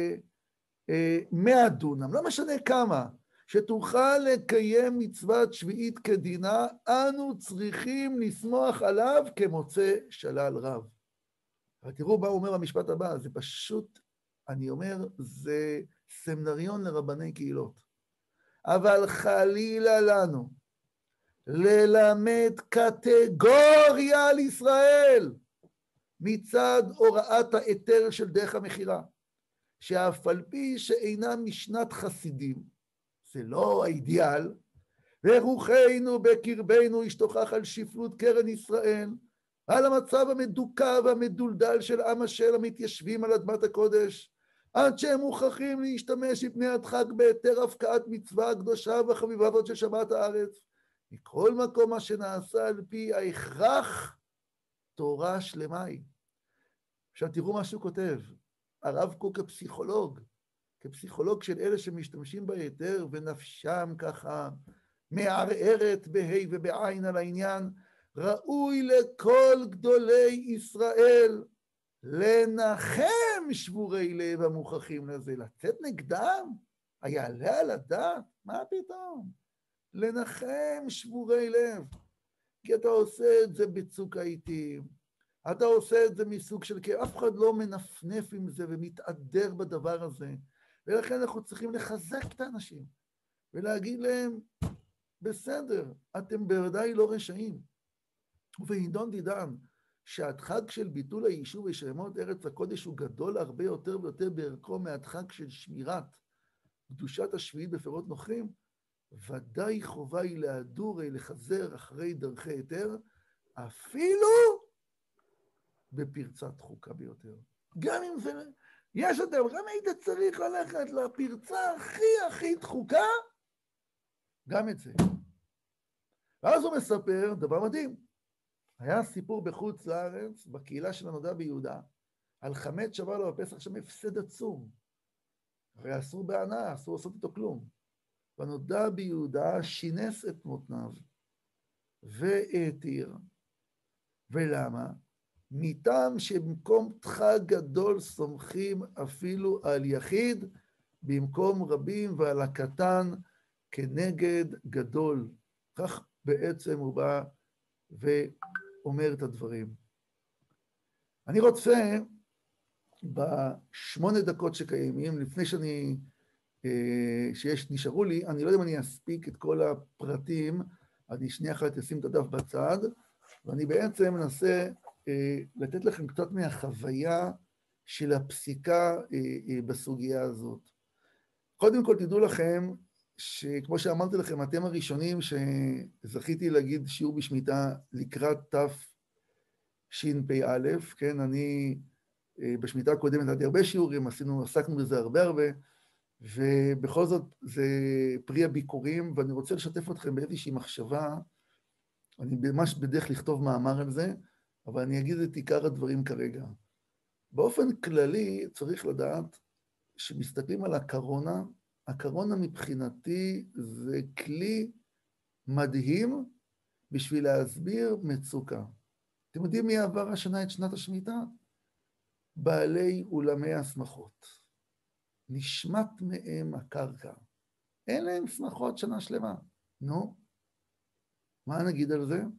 100 דונם, לא משנה כמה, שתוכל לקיים מצוות שביעית כדינה, אנו צריכים לשמוח עליו כמוצא שלל רב. אבל תראו מה הוא אומר במשפט הבא, זה פשוט, אני אומר, זה סמינריון לרבני קהילות. אבל חלילה לנו ללמד קטגוריה על ישראל מצד הוראת היתר של דרך המכירה, שאף על פי שאינם משנת חסידים, זה לא האידיאל, ורוחנו בקרבנו ישתוכח על שפלות קרן ישראל, על המצב המדוכא והמדולדל של עם השם המתיישבים על אדמת הקודש, עד שהם מוכרחים להשתמש מפני הדחק בהיתר הפקעת מצווה הקדושה והחביבה הזאת של שבת הארץ. מכל מקום מה שנעשה על פי ההכרח, תורה שלמה היא. עכשיו תראו מה שהוא כותב, הרב קוק כפסיכולוג של אלה שמשתמשים בהיתר ונפשם ככה מערערת בהי ובעין על העניין, ראוי לכל גדולי ישראל לנחם שבורי לב המוכרחים לזה, לצאת נגדם, היעלה על הדעת, מה פתאום? לנחם שבורי לב, כי אתה עושה את זה בצוק העיתים, אתה עושה את זה מסוג של, כי אף אחד לא מנפנף עם זה ומתעדר בדבר הזה, ולכן אנחנו צריכים לחזק את האנשים, ולהגיד להם, בסדר, אתם בוודאי לא רשעים, ובעידון דידן, שהדחק של ביטול היישוב ושמות ארץ הקודש הוא גדול הרבה יותר ויותר בערכו מהדחק של שמירת קדושת השביעית בפירות נוכרים, ודאי חובה היא להדורי לחזר אחרי דרכי היתר, אפילו בפרצה דחוקה ביותר. גם אם זה, יש אותם, גם היית צריך ללכת לפרצה הכי דחוקה, גם את זה. ואז הוא מספר דבר מדהים. היה סיפור בחוץ לארץ, בקהילה של הנודע ביהודה, על חמץ שבר לו בפסח שם הפסד עצום. הרי אסור בענה, אסור לעשות איתו כלום. והנודע ביהודה שינס את מותניו, והתיר. ולמה? מטעם שבמקום דחק גדול סומכים אפילו על יחיד, במקום רבים ועל הקטן כנגד גדול. כך בעצם הוא בא ואומר את הדברים. אני רוצה ב8 דקות שקיימים, לפני נשארו לי, אני לא יודע אם אני אספיק את כל הפרטים, אני שנייה אחת אשים את הדף בצד, ואני בעצם מנסה לתת לכם קצת מהחוויה של הפסיקה בסוגיה הזאת. קודם כל תדעו לכם, שכמו שאמרתי לכם, אתם הראשונים שזכיתי להגיד שיעור בשמיטה לקראת תשפ"א, כן, אני בשמיטה הקודמת נתתי הרבה שיעורים, עסקנו בזה הרבה, ובכל זאת זה פרי הביקורים, ואני רוצה לשתף אתכם באיזושהי מחשבה, אני ממש בדרך לכתוב מאמר על זה, אבל אני אגיד את עיקר הדברים כרגע. באופן כללי צריך לדעת שמסתכלים על הקורונה, הקורונה מבחינתי זה כלי מדהים בשביל להסביר מצוקה. אתם יודעים מי עבר השנה את שנת השמיטה? בעלי אולמי השמחות. נשמט מהם הקרקע. אין להם שמחות שנה שלמה. נו, מה נגיד על זה?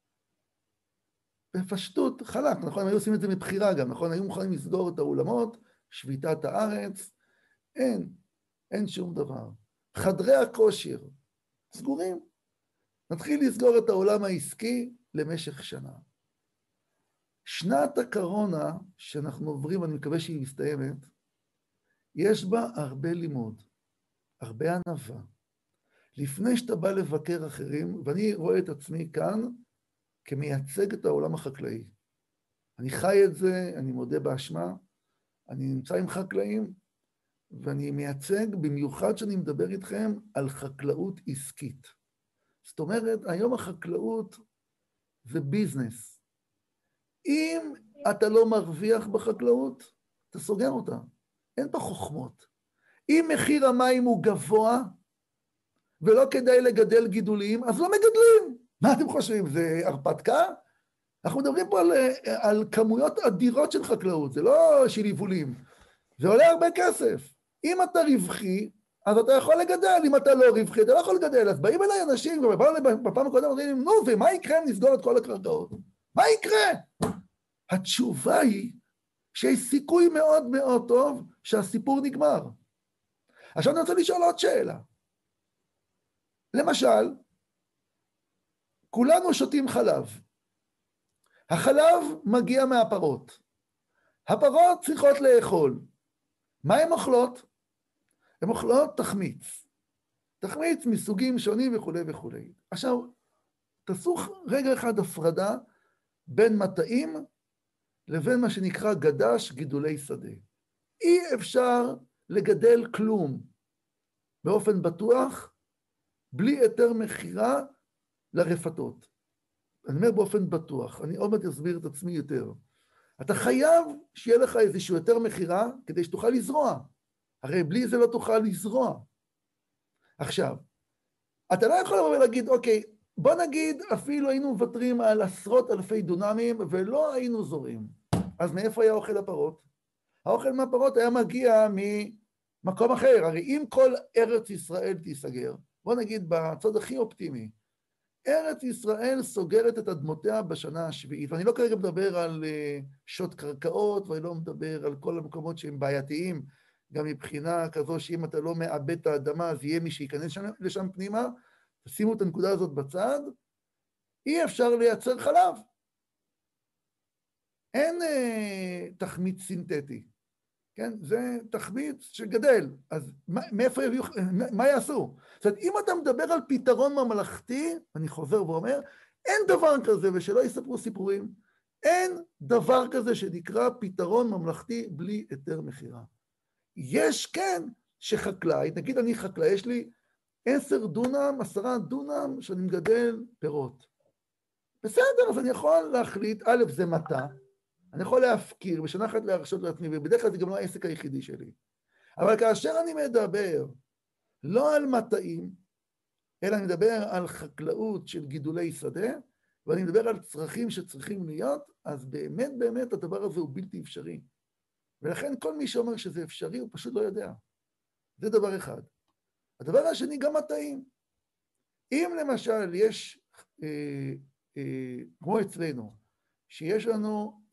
בפשטות, חלק, נכון? הם היו עושים את זה מבחירה גם, נכון? היו מוכנים לסגור את האולמות, שביתת הארץ, אין שום דבר. חדרי הכושר, סגורים. נתחיל לסגור את העולם העסקי למשך שנה. שנת הקורונה שאנחנו עוברים, אני מקווה שהיא מסתיימת, יש בה הרבה לימוד, הרבה ענווה. לפני שאתה בא לבקר אחרים, ואני רואה את עצמי כאן כמייצג את העולם החקלאי. אני חי את זה, אני מודה באשמה, אני נמצא עם חקלאים, ואני מייצג במיוחד שאני מדבר איתכם על חקלאות עסקית. זאת אומרת, היום החקלאות זה ביזנס. אם אתה לא מרוויח בחקלאות, אתה סוגר אותה. אין פה חוכמות. אם מחיר המים הוא גבוה, ולא כדאי לגדל גידולים, אז לא מגדלים. מה אתם חושבים? זה הרפתקה? אנחנו מדברים פה על כמויות אדירות של חקלאות, זה לא של יבולים. זה עולה הרבה כסף. אם אתה רווחי, אז אתה יכול לגדל. אם אתה לא רווחי, אתה לא יכול לגדל. אז באים אליי אנשים, בפעם הקודמת אומרים, נו, ומה יקרה אם נסגור את כל הקרקעות? מה יקרה? התשובה היא שיש סיכוי מאוד מאוד טוב שהסיפור נגמר. עכשיו אני רוצה לשאול עוד שאלה. למשל, כולנו שותים חלב. החלב מגיע מהפרות. הפרות צריכות לאכול. מה הן אוכלות? הן אוכלות תחמיץ. תחמיץ מסוגים שונים וכו' וכו'. עכשיו, תעשו רגע אחד הפרדה בין מטעים לבין מה שנקרא גדש, גידולי שדה. אי אפשר לגדל כלום באופן בטוח, בלי היתר מכירה לרפתות. אני אומר באופן בטוח, אני עוד מעט אסביר את עצמי יותר. אתה חייב שיהיה לך איזשהו היתר מכירה כדי שתוכל לזרוע. הרי בלי זה לא תוכל לזרוע. עכשיו, אתה לא יכול לבוא ולהגיד, אוקיי, בוא נגיד אפילו היינו מוותרים על עשרות אלפי דונמים ולא היינו זורים. אז מאיפה היה אוכל הפרות? האוכל מהפרות היה מגיע ממקום אחר. הרי אם כל ארץ ישראל תיסגר, בוא נגיד בצד הכי אופטימי, ארץ ישראל סוגרת את אדמותיה בשנה השביעית, ואני לא כרגע מדבר על שעות קרקעות, ואני לא מדבר על כל המקומות שהם בעייתיים, גם מבחינה כזו שאם אתה לא מאבד את האדמה, אז יהיה מי שייכנס לשם פנימה, תשימו את הנקודה הזאת בצד, אי אפשר לייצר חלב. אין תחמיץ סינתטי, כן? זה תחמיץ שגדל, אז מאיפה יביאו, מה יעשו? זאת אומרת, אם אתה מדבר על פתרון ממלכתי, אני חוזר ואומר, אין דבר כזה, ושלא יספרו סיפורים, אין דבר כזה שנקרא פתרון ממלכתי בלי היתר מכירה. יש כן שחקלאי, נגיד אני חקלאי, יש לי 10 דונם, 10 דונם שאני מגדל פירות. בסדר, אז אני יכול להחליט, א', זה מטע, אני יכול להפקיר, בשנה אחת להרשות לעצמי, ובדרך כלל זה גם לא העסק היחידי שלי. אבל כאשר אני מדבר לא על מטעים, אלא אני מדבר על חקלאות של גידולי שדה, ואני מדבר על צרכים שצריכים להיות, אז באמת באמת הדבר הזה הוא בלתי אפשרי. ולכן כל מי שאומר שזה אפשרי, הוא פשוט לא יודע. זה דבר אחד. הדבר השני, גם מטעים. אם למשל יש, כמו אצלנו, שיש לנו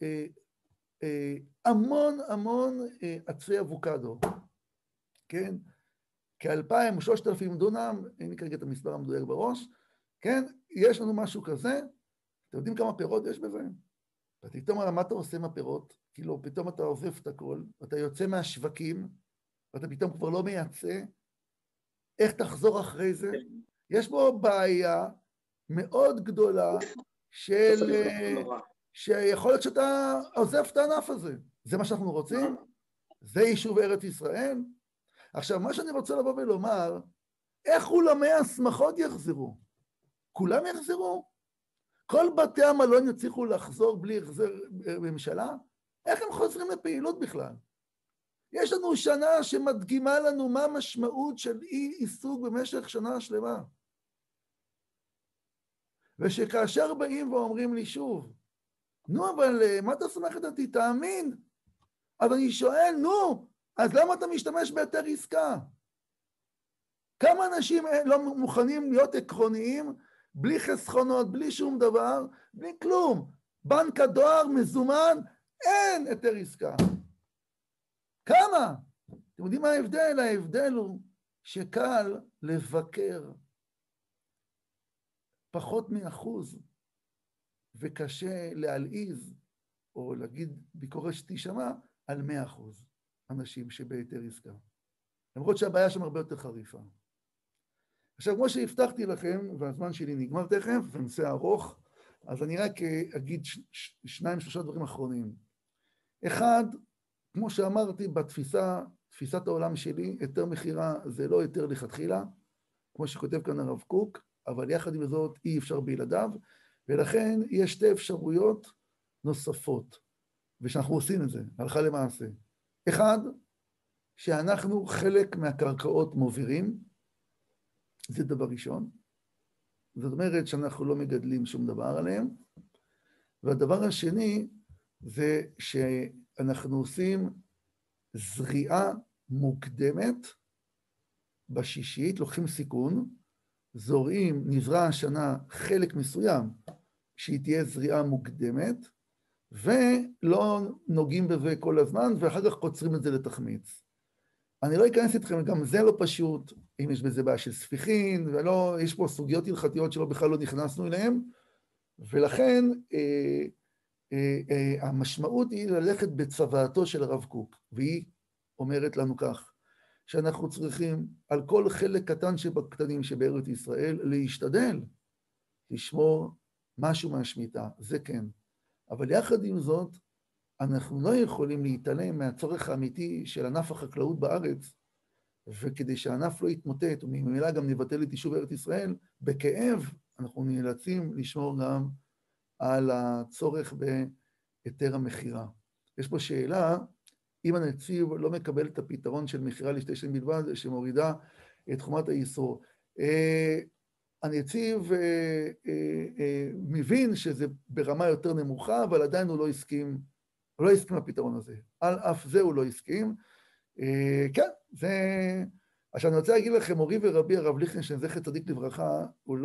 המון המון עצי אבוקדו, כן? כ2,000 או 3,000 דונם, אין לי כרגע את המספר המדויק בראש, כן? יש לנו משהו כזה, אתם יודעים כמה פירות יש בזה? ופתאום מה אתה עושה עם הפירות? כאילו, פתאום אתה עוזב את הכל, ואתה יוצא מהשווקים, ואתה פתאום כבר לא מייצא, איך תחזור אחרי זה? יש בו בעיה מאוד גדולה שיכול להיות שאתה עוזב את הענף הזה. זה מה שאנחנו רוצים? זה יישוב ארץ ישראל? עכשיו, מה שאני רוצה לבוא ולומר, איך אולמי השמחות יחזרו? כולם יחזרו? כל בתי המלון יצליחו לחזור בלי החזר ממשלה? איך הם חוזרים לפעילות בכלל? יש לנו שנה שמדגימה לנו מה המשמעות של אי עיסוק במשך שנה שלמה. ושכאשר באים ואומרים לי שוב, נו, אבל מה אתה סומך את דעתי? תאמין. אז אני שואל, נו, אז למה אתה משתמש בהיתר עסקה? כמה אנשים לא מוכנים להיות עקרוניים, בלי חסכונות, בלי שום דבר, בלי כלום. בנק הדואר מזומן, אין היתר עסקה. כמה? אתם יודעים מה ההבדל? ההבדל הוא שקל לבקר פחות מ1%, וקשה להלעיז, או להגיד ביקורת שתישמע, על 100% אנשים שבהיתר עסקה. למרות שהבעיה שם הרבה יותר חריפה. עכשיו, כמו שהבטחתי לכם, והזמן שלי נגמר תכף, ונושא ארוך, אז אני רק אגיד 2-3 דברים אחרונים. אחד, כמו שאמרתי, תפיסת העולם שלי, היתר מכירה זה לא היתר לכתחילה, כמו שכותב כאן הרב קוק, אבל יחד עם זאת אי אפשר בלעדיו, ולכן יש 2 אפשרויות נוספות, ושאנחנו עושים את זה, הלכה למעשה. אחד, שאנחנו חלק מהקרקעות מובילים, זה דבר ראשון. זאת אומרת שאנחנו לא מגדלים שום דבר עליהם. והדבר השני זה שאנחנו עושים זריעה מוקדמת בשישית, לוקחים סיכון, נזרע השנה חלק מסוים שהיא תהיה זריעה מוקדמת, ולא נוגעים בזה כל הזמן, ואחר כך קוצרים את זה לתחמיץ. אני לא אכנס איתכם, גם זה לא פשוט, אם יש בזה בעיה של ספיחין, יש פה סוגיות הלכתיות שלא בכלל לא נכנסנו אליהן, ולכן המשמעות היא ללכת בצוואתו של הרב קוק, והיא אומרת לנו כך, שאנחנו צריכים על כל חלק קטן שבקטנים שבארץ ישראל, להשתדל, לשמור משהו מהשמיטה, זה כן. אבל יחד עם זאת, אנחנו לא יכולים להתעלם מהצורך האמיתי של ענף החקלאות בארץ, וכדי שהענף לא יתמוטט, וממילא גם נבטל את יישוב ארץ ישראל, בכאב אנחנו נאלצים לשמור גם על הצורך בהיתר המכירה. יש פה שאלה, אם הנציב לא מקבל את הפתרון של מכירה לשתי שנים בלבד, שמורידה את חומת האיסור. הנציב מבין שזה ברמה יותר נמוכה, אבל עדיין הוא לא הסכים לפתרון הזה. על אף זה הוא לא הסכים. כן, זה... עכשיו אני רוצה להגיד לכם, מורי ורבי הרב ליכטנשטיין, זכר צדיק לברכה, הוא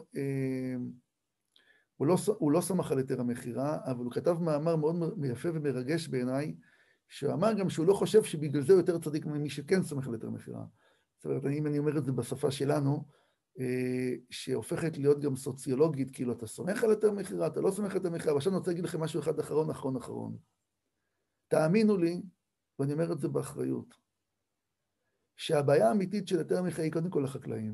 לא סמך על היתר המכירה, אבל הוא כתב מאמר מאוד יפה ומרגש בעיניי, שהוא אמר גם שהוא לא חושב שבגלל זה הוא יותר צדיק ממי שכן סמך על היתר המכירה. זאת אומרת, אם אני אומר את זה בשפה שלנו, שהופכת להיות גם סוציולוגית, כאילו אתה סומך על היתר מכירה, אתה לא סומך על היתר מכירה, ועכשיו אני רוצה להגיד לכם משהו אחד אחרון. תאמינו לי, ואני אומר את זה באחריות, שהבעיה האמיתית של היתר המכירה היא קודם כל החקלאים.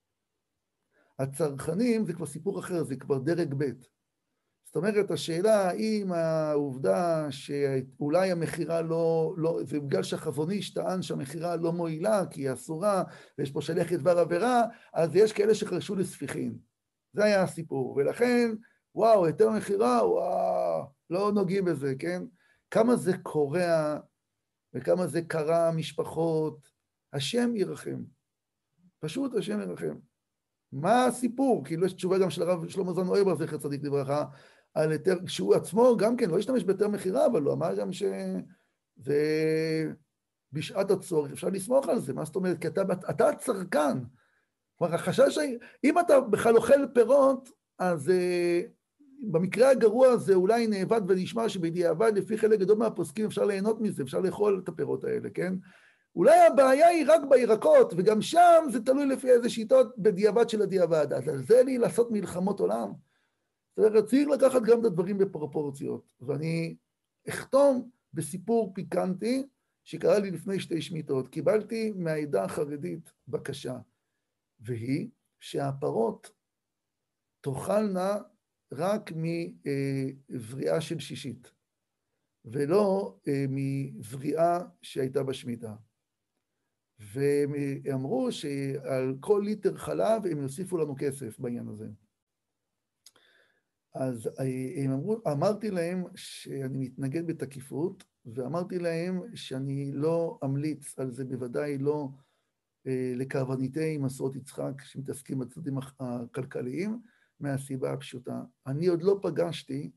הצרכנים זה כבר סיפור אחר, זה כבר דרג ב'. זאת אומרת, השאלה האם העובדה שאולי המכירה זה בגלל שהחזון איש טען שהמכירה לא מועילה, כי היא אסורה, ויש פה שליח דבר עבירה, אז יש כאלה שחרשו לספיחין. זה היה הסיפור, ולכן, וואו, היתר מכירה, וואו, לא נוגעים בזה, כן? כמה זה קורע, וכמה זה קרה משפחות, השם ירחם. פשוט השם ירחם. מה הסיפור? כאילו יש תשובה גם של הרב שלמה זן אויבר, זכר צדיק לברכה, על היתר, שהוא עצמו גם כן לא השתמש בהיתר מכירה, אבל הוא אמר גם שזה בשעת הצורך, אפשר לסמוך על זה, מה זאת אומרת? כי אתה הצרכן. כלומר, החשש, אם אתה בכלל אוכל פירות, אז במקרה הגרוע הזה אולי נאבד ונשמע שבדיעבד, לפי חלק גדול מהפוסקים אפשר ליהנות מזה, אפשר לאכול את הפירות האלה, כן? אולי הבעיה היא רק בירקות, וגם שם זה תלוי לפי איזה שיטות בדיעבד של הדיעבד. אז על זה לי לעשות מלחמות עולם. זאת זאת אומרת, צריך לקחת גם את הדברים בפרופורציות, ואני אחתום בסיפור פיקנטי שקרה לי לפני 2 שמיטות. קיבלתי מהעדה החרדית בקשה, והיא שהפרות תאכלנה רק מבריאה של שישית, ולא מבריאה שהייתה בשמיטה. והם אמרו שעל כל ליטר חלב הם יוסיפו לנו כסף בעניין הזה. אז אמרתי להם שאני מתנגד בתקיפות, ואמרתי להם שאני לא אמליץ על זה, בוודאי לא לקרבניתי מסורת יצחק שמתעסקים בצדדים הכלכליים, מהסיבה הפשוטה. אני עוד לא פגשתי,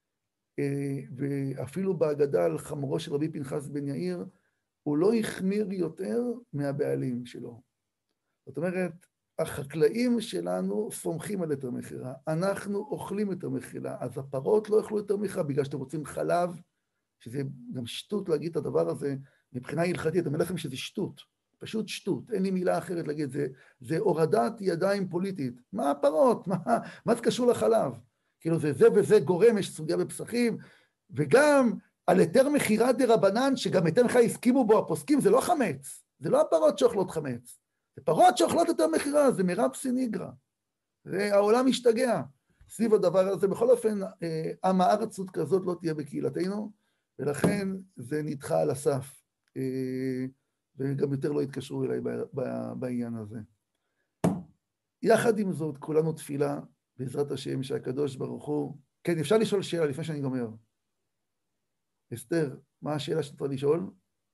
ואפילו בהגדה על חמורו של רבי פנחס בן יאיר, הוא לא החמיר יותר מהבעלים שלו. זאת אומרת, החקלאים שלנו סומכים על יותר מחירה, אנחנו אוכלים יותר מחירה, אז הפרות לא אוכלו יותר מחירה, בגלל שאתם רוצים חלב, שזה גם שטות להגיד את הדבר הזה, מבחינה הלכתית, אני אומר לכם שזה שטות, פשוט שטות, אין לי מילה אחרת להגיד, זה הורדת ידיים פוליטית. מה הפרות? מה זה קשור לחלב? כאילו זה וזה גורם, יש סוגיה בפסחים, וגם על היתר מחירה דרבנן, שגם היתר מחירה הסכימו בו הפוסקים, זה לא חמץ, זה לא הפרות שאוכלות חמץ, זה פרות שאוכלות יותר מחירה, זה מירב סיניגרא. והעולם משתגע סביב הדבר הזה. בכל אופן, עם הארצות כזאת לא תהיה בקהילתנו, ולכן זה נדחה על הסף, וגם יותר לא יתקשרו אליי בעניין הזה. יחד עם זאת, כולנו תפילה, בעזרת השם, שהקדוש ברוך הוא... כן, אפשר לשאול שאלה לפני שאני גומר. אסתר, מה השאלה שאתה רוצה לשאול?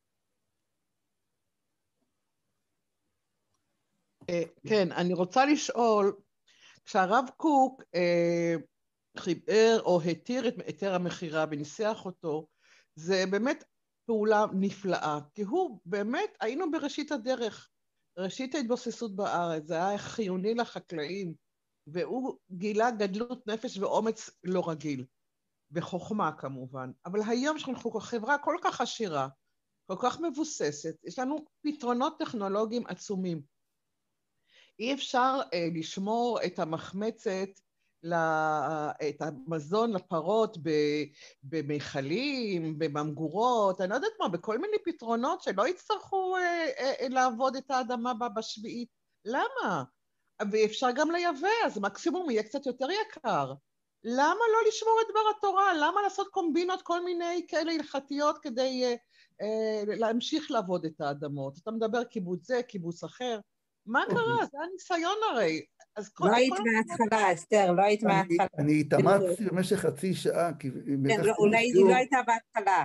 כן, אני רוצה לשאול, כשהרב קוק חיבר או התיר את היתר המכירה וניסח אותו, זה באמת פעולה נפלאה, כי הוא באמת, היינו בראשית הדרך, ראשית ההתבוססות בארץ, זה היה חיוני לחקלאים, והוא גילה גדלות נפש ואומץ לא רגיל, וחוכמה כמובן, אבל היום שאנחנו חברה כל כך עשירה, כל כך מבוססת, יש לנו פתרונות טכנולוגיים עצומים, אי אפשר לשמור את המחמצת, את המזון לפרות במחלים, בממגורות, אני לא יודעת מה, בכל מיני פתרונות שלא יצטרכו לעבוד את האדמה בשביעית. למה? ואפשר גם לייבא, אז מקסימום יהיה קצת יותר יקר. למה לא לשמור את דבר התורה? למה לעשות קומבינות כל מיני כאלה הלכתיות כדי להמשיך לעבוד את האדמות? אתה מדבר קיבוץ זה, קיבוץ אחר. מה קרה? זה הניסיון הרי. לא היית מההתחלה, אסתר, לא היית מההתחלה. אני התאמצתי במשך חצי שעה. אולי היא לא הייתה בהתחלה.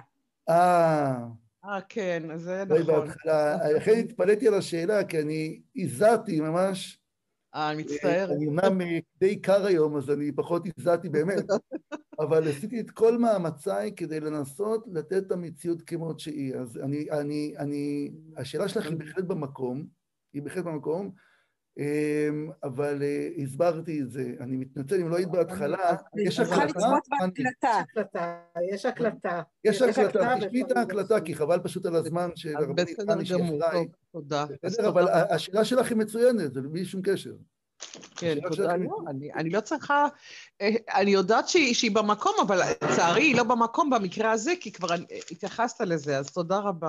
כן, אז זה נכון. נכון. לכן התפלאתי על השאלה, כי אני הזעתי ממש. אני מצטערת. אני אומנם די קר היום, אז אני פחות הזעתי באמת, אבל עשיתי את כל מאמציי כדי לנסות לתת את המציאות כמות שהיא. אז השאלה שלך היא בהחלט במקום, אבל הסברתי את זה. אני מתנצל אם לא היית בהתחלה. יש הקלטה. יש הקלטה, תשמעי את ההקלטה, כי חבל פשוט על הזמן של הרבנית חני שאחריי. תודה. אבל השאלה שלך היא מצוינת, זה בלי שום קשר. כן, אני לא צריכה, אני יודעת שהיא במקום, אבל לצערי היא לא במקום במקרה הזה, כי כבר התייחסת לזה, אז תודה רבה.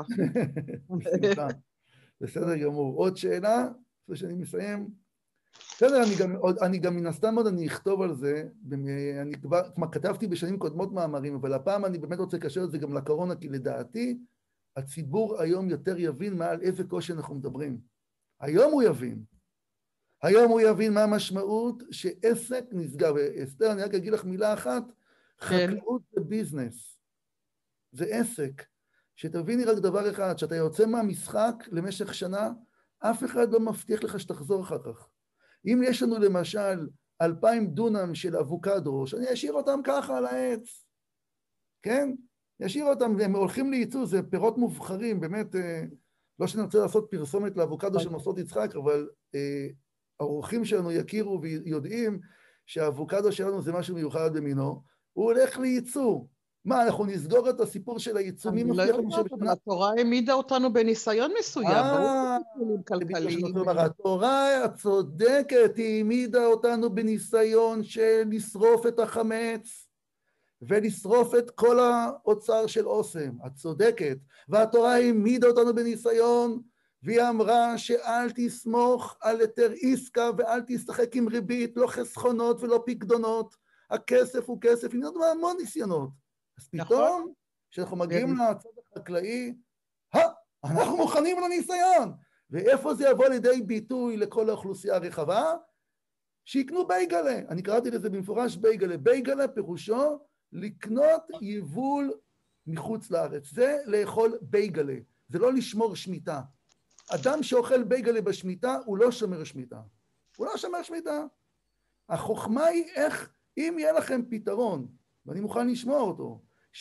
בסדר גמור. עוד שאלה, לפני שאני מסיים. בסדר, אני גם מן הסתם עוד אני אכתוב על זה, אני כבר כתבתי בשנים קודמות מאמרים, אבל הפעם אני באמת רוצה לקשר את זה גם לקורונה, כי לדעתי הציבור היום יותר יבין מעל איזה קושי אנחנו מדברים. היום הוא יבין מה המשמעות שעסק נסגר. ואסתר, אני רק אגיד לך מילה אחת, חקלאות זה ביזנס, זה עסק. שתביני רק דבר אחד, שאתה יוצא מהמשחק למשך שנה, אף אחד לא מבטיח לך שתחזור אחר כך. אם יש לנו למשל 2,000 דונם של אבוקדו, שאני אשאיר אותם ככה על העץ, כן? ישאיר אותם, הם הולכים לייצוא, זה פירות מובחרים, באמת, לא שאני רוצה לעשות פרסומת לאבוקדו של מסורת יצחק, אבל האורחים שלנו יכירו ויודעים שהאבוקדו שלנו זה משהו מיוחד במינו, הוא הולך לייצוא, מה, אנחנו נסגור את הסיפור של העיצומים? אני לא יודעת, אבל התורה העמידה אותנו בניסיון מסוים, ברור שטיפולים כלכליים. התורה הצודקת, היא העמידה אותנו בניסיון של לשרוף את החמץ, ולשרוף את כל האוצר של אוסם, הצודקת. והתורה העמידה אותנו בניסיון, והיא אמרה שאל תסמוך על היתר עסקה, ואל תשחק עם ריבית, לא חסכונות ולא פקדונות. הכסף הוא כסף, היא נדמה המון ניסיונות. אז פתאום, כשאנחנו מגיעים לצד החקלאי, אנחנו מוכנים לניסיון. ואיפה זה יבוא לידי ביטוי לכל האוכלוסייה הרחבה? שיקנו בייגלה. אני קראתי לזה במפורש בייגלה. בייגלה פירושו לקנות יבול מחוץ לארץ. זה לאכול בייגלה. זה לא לשמור שמיטה. אדם שאוכל בייגלה בשמיטה, הוא לא שומר שמיטה. הוא לא שומר שמיטה. החוכמה היא איך, אם יהיה לכם פתרון, ואני מוכן לשמוע אותו,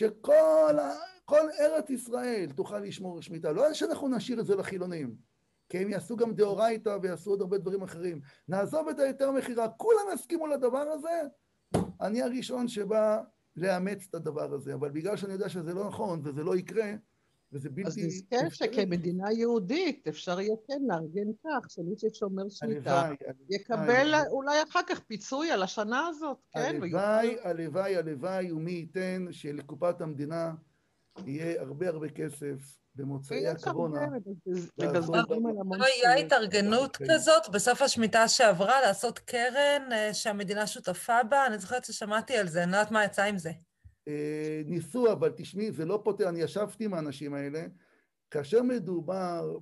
שכל ארץ ישראל תוכל לשמור שמיטה. לא שאנחנו נשאיר את זה לחילונים, כי הם יעשו גם דאורייתא ויעשו עוד הרבה דברים אחרים. נעזוב את היתר מכירה, כולם יסכימו לדבר הזה. אני הראשון שבא לאמץ את הדבר הזה, אבל בגלל שאני יודע שזה לא נכון וזה לא יקרה, וזה בלתי... אז נזכר שכמדינה יהודית אפשר יהיה כן לארגן כך, שמי ששומר שמיטה יקבל אולי אחר כך פיצוי על השנה הזאת, כן? הלוואי, ומי ייתן שלקופת המדינה יהיה הרבה כסף במוצאי הקורונה. לא היה התארגנות כזאת בסוף השמיטה שעברה, לעשות קרן שהמדינה שותפה בה? אני זוכרת ששמעתי על זה, אני לא יודעת מה יצא עם זה. ניסו, אבל תשמעי, זה לא פותר, אני ישבתי עם האנשים האלה, כאשר מדובר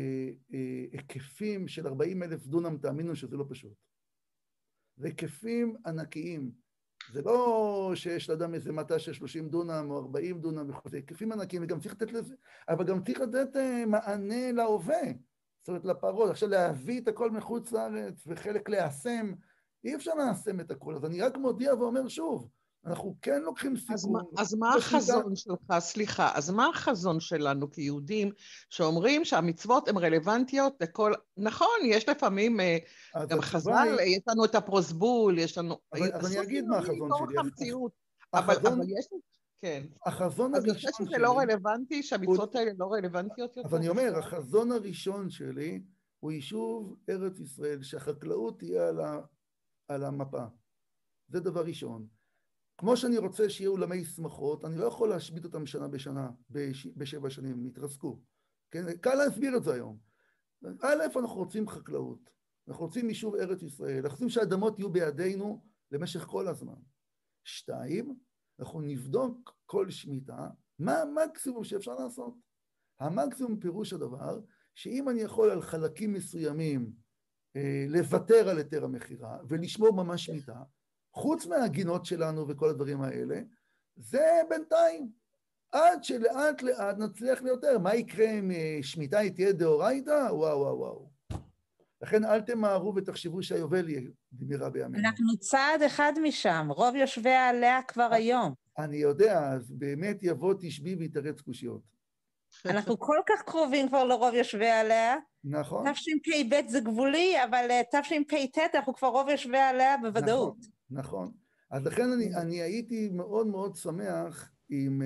בהיקפים של 40,000 דונם, תאמינו שזה לא פשוט. זה היקפים ענקיים. זה לא שיש לאדם איזה מטה של 30 דונם או 40 דונם, זה היקפים ענקיים, וגם צריך לתת לזה, אבל גם צריך לתת מענה להווה, זאת אומרת לפרות, עכשיו להביא את הכל מחוץ לארץ, וחלק להיעשם, אי אפשר להיעשם את הכל, אז אני רק מודיע ואומר שוב, אנחנו כן לוקחים סיכון. אז מה החזון שלך? סליחה, אז מה החזון שלנו כיהודים שאומרים שהמצוות הן רלוונטיות לכל... נכון, יש לפעמים גם חז"ל, יש לנו את הפרוסבול, יש לנו... אז אני אגיד מה החזון שלי. אבל יש... כן. החזון הראשון שלי... אז אתה חושב שזה לא רלוונטי, שהמצוות האלה לא רלוונטיות יותר? אז אני אומר, החזון הראשון שלי הוא יישוב ארץ ישראל, שהחקלאות תהיה על המפה. זה דבר ראשון. כמו שאני רוצה שיהיו אולמי שמחות, אני לא יכול להשבית אותם שנה בשנה, ב7 שנים, יתרסקו. כן? קל להסביר את זה היום. א', אנחנו רוצים חקלאות, אנחנו רוצים יישוב ארץ ישראל, אנחנו רוצים שהאדמות יהיו בידינו למשך כל הזמן. 2, אנחנו נבדוק כל שמיטה, מה המקסימום שאפשר לעשות. המקסימום פירוש הדבר, שאם אני יכול על חלקים מסוימים לוותר על היתר המכירה ולשמור ממש שמיטה, חוץ מהגינות שלנו וכל הדברים האלה, זה בינתיים. עד שלאט לאט נצליח ליותר. מה יקרה אם שמיטה היא תהיה דאורייתא? וואו. לכן אל תמהרו ותחשבו שהיובל יהיה במהרה בימינו. אנחנו צעד אחד משם, רוב יושבי עליה כבר היום. אני יודע, אז באמת יבוא תשבי ויתרץ קושיות. אנחנו כל כך קרובים כבר לרוב יושבי עליה. נכון. תשפ"ב זה גבולי, אבל תשפ"ט אנחנו כבר רוב יושבי עליה בוודאות. נכון. אז לכן אני הייתי מאוד מאוד שמח אם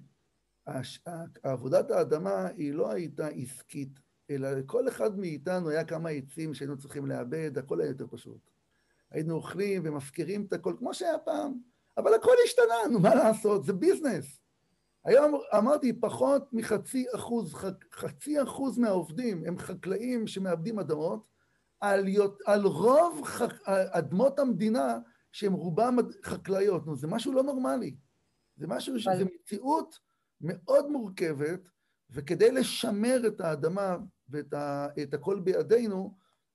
עבודת האדמה היא לא הייתה עסקית, אלא כל אחד מאיתנו היה כמה עצים שהיינו צריכים לאבד, הכל היה יותר פשוט. היינו אוכלים ומפקירים את הכל כמו שהיה פעם, אבל הכל השתנה, מה לעשות? זה ביזנס. היום אמרתי, פחות מ0.5% מהעובדים הם חקלאים שמאבדים אדמות, על רוב אדמות המדינה שהן רובם חקלאיות. זה משהו לא נורמלי. זה משהו שזה מציאות מאוד מורכבת, וכדי לשמר את האדמה ואת הכל בידינו,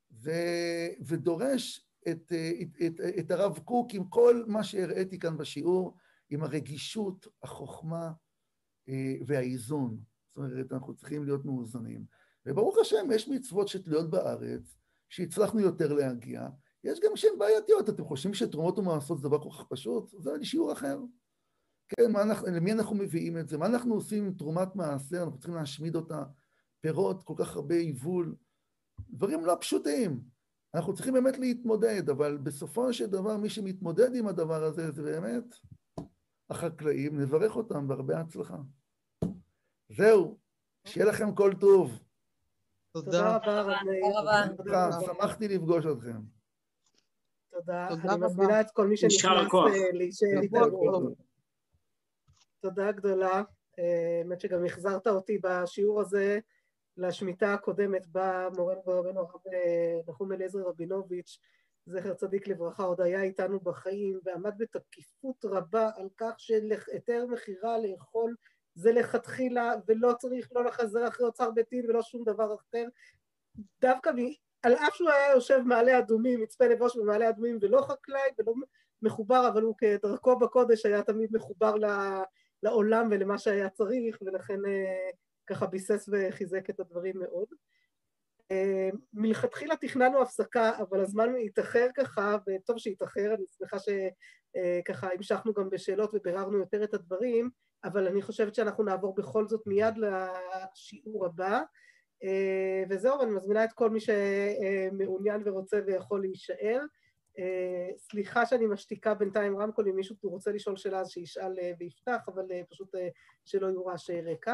ודורש את הרב קוק עם כל מה שהראיתי כאן בשיעור, עם הרגישות, החוכמה והאיזון. זאת אומרת, אנחנו צריכים להיות מאוזנים. וברוך השם, יש מצוות שתלויות בארץ, שהצלחנו יותר להגיע, יש גם שהן בעייתיות. אתם חושבים שתרומות ומעשרות זה דבר כל כך פשוט? זה שיעור אחר. כן, למי אנחנו מביאים את זה? מה אנחנו עושים עם תרומת מעשר? אנחנו צריכים להשמיד אותה, פירות, כל כך הרבה עיבול, דברים לא פשוטים. אנחנו צריכים באמת להתמודד, אבל בסופו של דבר, מי שמתמודד עם הדבר הזה, זה באמת החקלאים, נברך אותם בהרבה הצלחה. זהו, שיהיה לכם כל טוב. תודה. תודה רבה. שמחתי לפגוש אתכם. תודה. תודה אני רבה. מזמינה את כל מי שנכנס להישאר איתנו. תודה גדולה. האמת שגם החזרת אותי בשיעור הזה לשמיטה הקודמת בה מורנו ורבנו הרב נחום אליעזר רבינוביץ', זכר צדיק לברכה, עוד היה איתנו בחיים ועמד בתקיפות רבה על כך שהיתר מכירה לאכול זה לכתחילה ולא צריך לא לחזר אחרי אוצר ביתין ולא שום דבר אחר. דווקא על אף שהוא היה יושב מעלה אדומים, מצפה נבוש במעלה אדומים ולא חקלאי ולא מחובר, אבל הוא כדרכו בקודש היה תמיד מחובר לעולם ולמה שהיה צריך, ולכן ככה ביסס וחיזק את הדברים מאוד. מלכתחילה תכננו הפסקה, אבל הזמן התאחר ככה, וטוב שהתאחר, אני שמחה שככה המשכנו גם בשאלות וביררנו יותר את הדברים, אבל אני חושבת שאנחנו נעבור בכל זאת מיד לשיעור הבא, וזהו, אני מזמינה את כל מי שמעוניין ורוצה ויכול להישאר. סליחה שאני משתיקה בינתיים רמקול, אם מישהו רוצה לשאול שאלה אז שישאל ויפתח, אבל פשוט שלא יהיו רעשי רקע.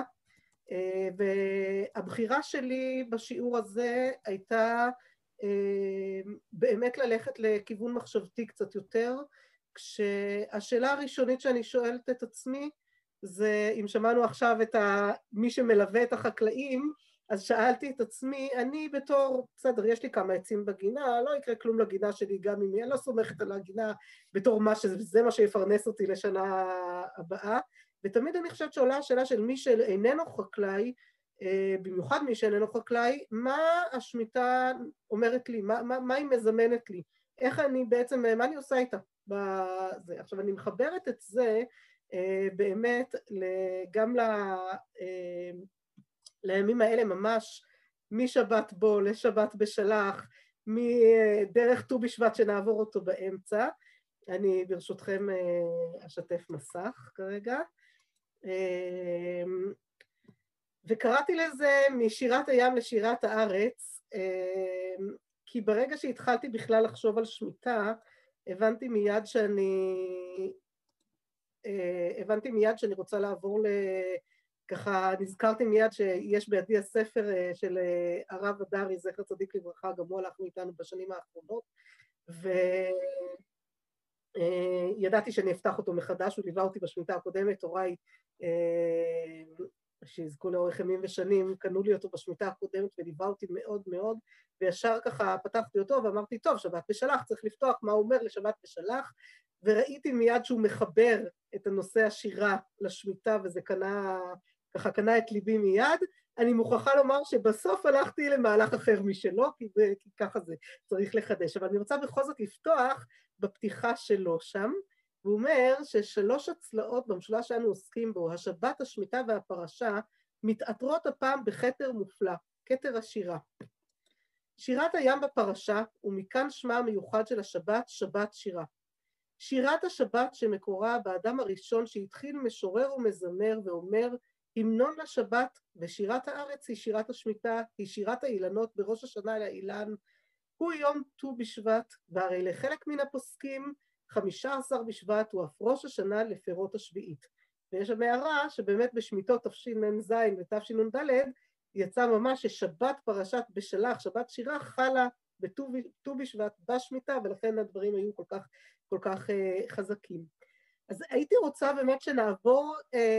והבחירה שלי בשיעור הזה הייתה באמת ללכת לכיוון מחשבתי קצת יותר, כשהשאלה הראשונית שאני שואלת את עצמי זה, אם שמענו עכשיו את מי שמלווה את החקלאים, אז שאלתי את עצמי, אני בתור, בסדר, יש לי כמה עצים בגינה, לא יקרה כלום לגינה שלי גם אם אני לא סומכת על הגינה בתור מה שזה מה שיפרנס אותי לשנה הבאה, ותמיד אני חושבת שעולה השאלה של מי שאיננו חקלאי, במיוחד מי שאיננו חקלאי, מה השמיטה אומרת לי, מה היא מזמנת לי, איך אני בעצם, מה אני עושה איתה בזה. עכשיו אני מחברת את זה באמת גם לימים האלה ממש, משבת בו לשבת בשלח, מדרך ט"ו בשבט שנעבור אותו באמצע. אני ברשותכם אשתף מסך כרגע. וקראתי לזה משירת הים לשירת הארץ, כי ברגע שהתחלתי בכלל לחשוב על שמיטה, הבנתי מיד שאני רוצה לעבור ככה נזכרתי מיד שיש בידי הספר של הרב הדרי, זכר צדיק לברכה, גם הוא הלך מאיתנו בשנים האחרונות, וידעתי שאני אפתח אותו מחדש, הוא ליווה אותי בשמיטה הקודמת, הוריי שיזכו לאורך ימים ושנים, קנו לי אותו בשמיטה הקודמת וליווה אותי מאוד מאוד, וישר ככה פתחתי אותו ואמרתי, טוב, שבת בשלח, צריך לפתוח מה הוא אומר לשבת בשלח, וראיתי מיד שהוא מחבר את הנושא השירה לשמיטה, וזה קנה את ליבי מיד. אני מוכרחה לומר שבסוף הלכתי למהלך אחר משלו, כי ככה זה צריך לחדש, אבל אני רוצה בכל זאת לפתוח בפתיחה שלו שם, והוא אומר ששלוש הצלעות במשולש שאנו עוסקים בו, השבת, השמיטה והפרשה, מתעטרות הפעם בכתר מופלא, כתר השירה. שירת הים בפרשה, ומכאן שמה המיוחד של השבת, שבת שירה. שירת השבת שמקורה באדם הראשון שהתחיל משורר ומזמר ואומר, המנון לשבת, ושירת הארץ היא שירת השמיטה, היא שירת האילנות בראש השנה אל האילן, הוא יום ט"ו בשבט, והרי לחלק מן הפוסקים, 15 בשבט הוא אף ראש השנה לפירות השביעית. ויש שם הערה שבאמת בשמיטות תשנ"ז ותשנ"ד יצא ממש ששבת פרשת בשלח, שבת שירה, חלה בט"ו בשבט בשמיטה, ולכן הדברים היו כל כך חזקים. אז הייתי רוצה באמת שנעבור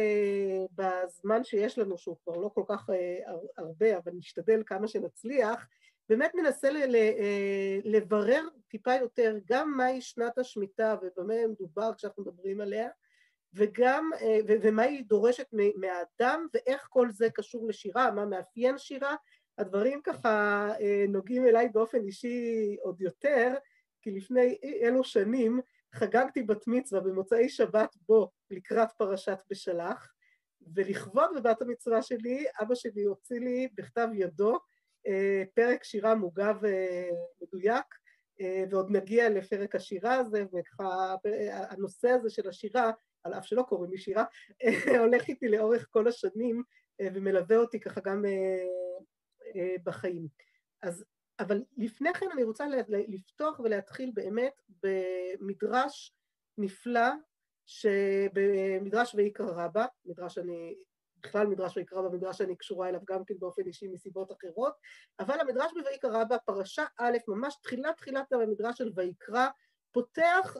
בזמן שיש לנו, שהוא כבר לא כל כך הרבה, אבל נשתדל כמה שנצליח, באמת ננסה לברר טיפה יותר גם מהי שנת השמיטה ובמה מדובר כשאנחנו מדברים עליה, וגם, ומה היא דורשת מהאדם, ואיך כל זה קשור לשירה, מה מאפיין שירה. הדברים ככה נוגעים אליי באופן אישי עוד יותר, כי לפני אלו שנים חגגתי בת מצווה במוצאי שבת בו לקראת פרשת בשלח, ולכבוד בבת המצווה שלי, אבא שלי הוציא לי בכתב ידו פרק שירה מוגב מדויק, ועוד נגיע לפרק השירה הזה, וככה הנושא הזה של השירה, על אף שלא קוראים לי שירה, הולך איתי לאורך כל השנים, ומלווה אותי ככה גם בחיים. אז, אבל לפני כן אני רוצה לפתוח ולהתחיל באמת במדרש נפלא שבמדרש ויקרא רבה, בכלל מדרש ויקרא רבה, מדרש שאני קשורה אליו גם כן באופן אישי מסיבות אחרות, אבל המדרש בויקרא רבה, פרשה א', ממש תחילת המדרש של ויקרא, פותח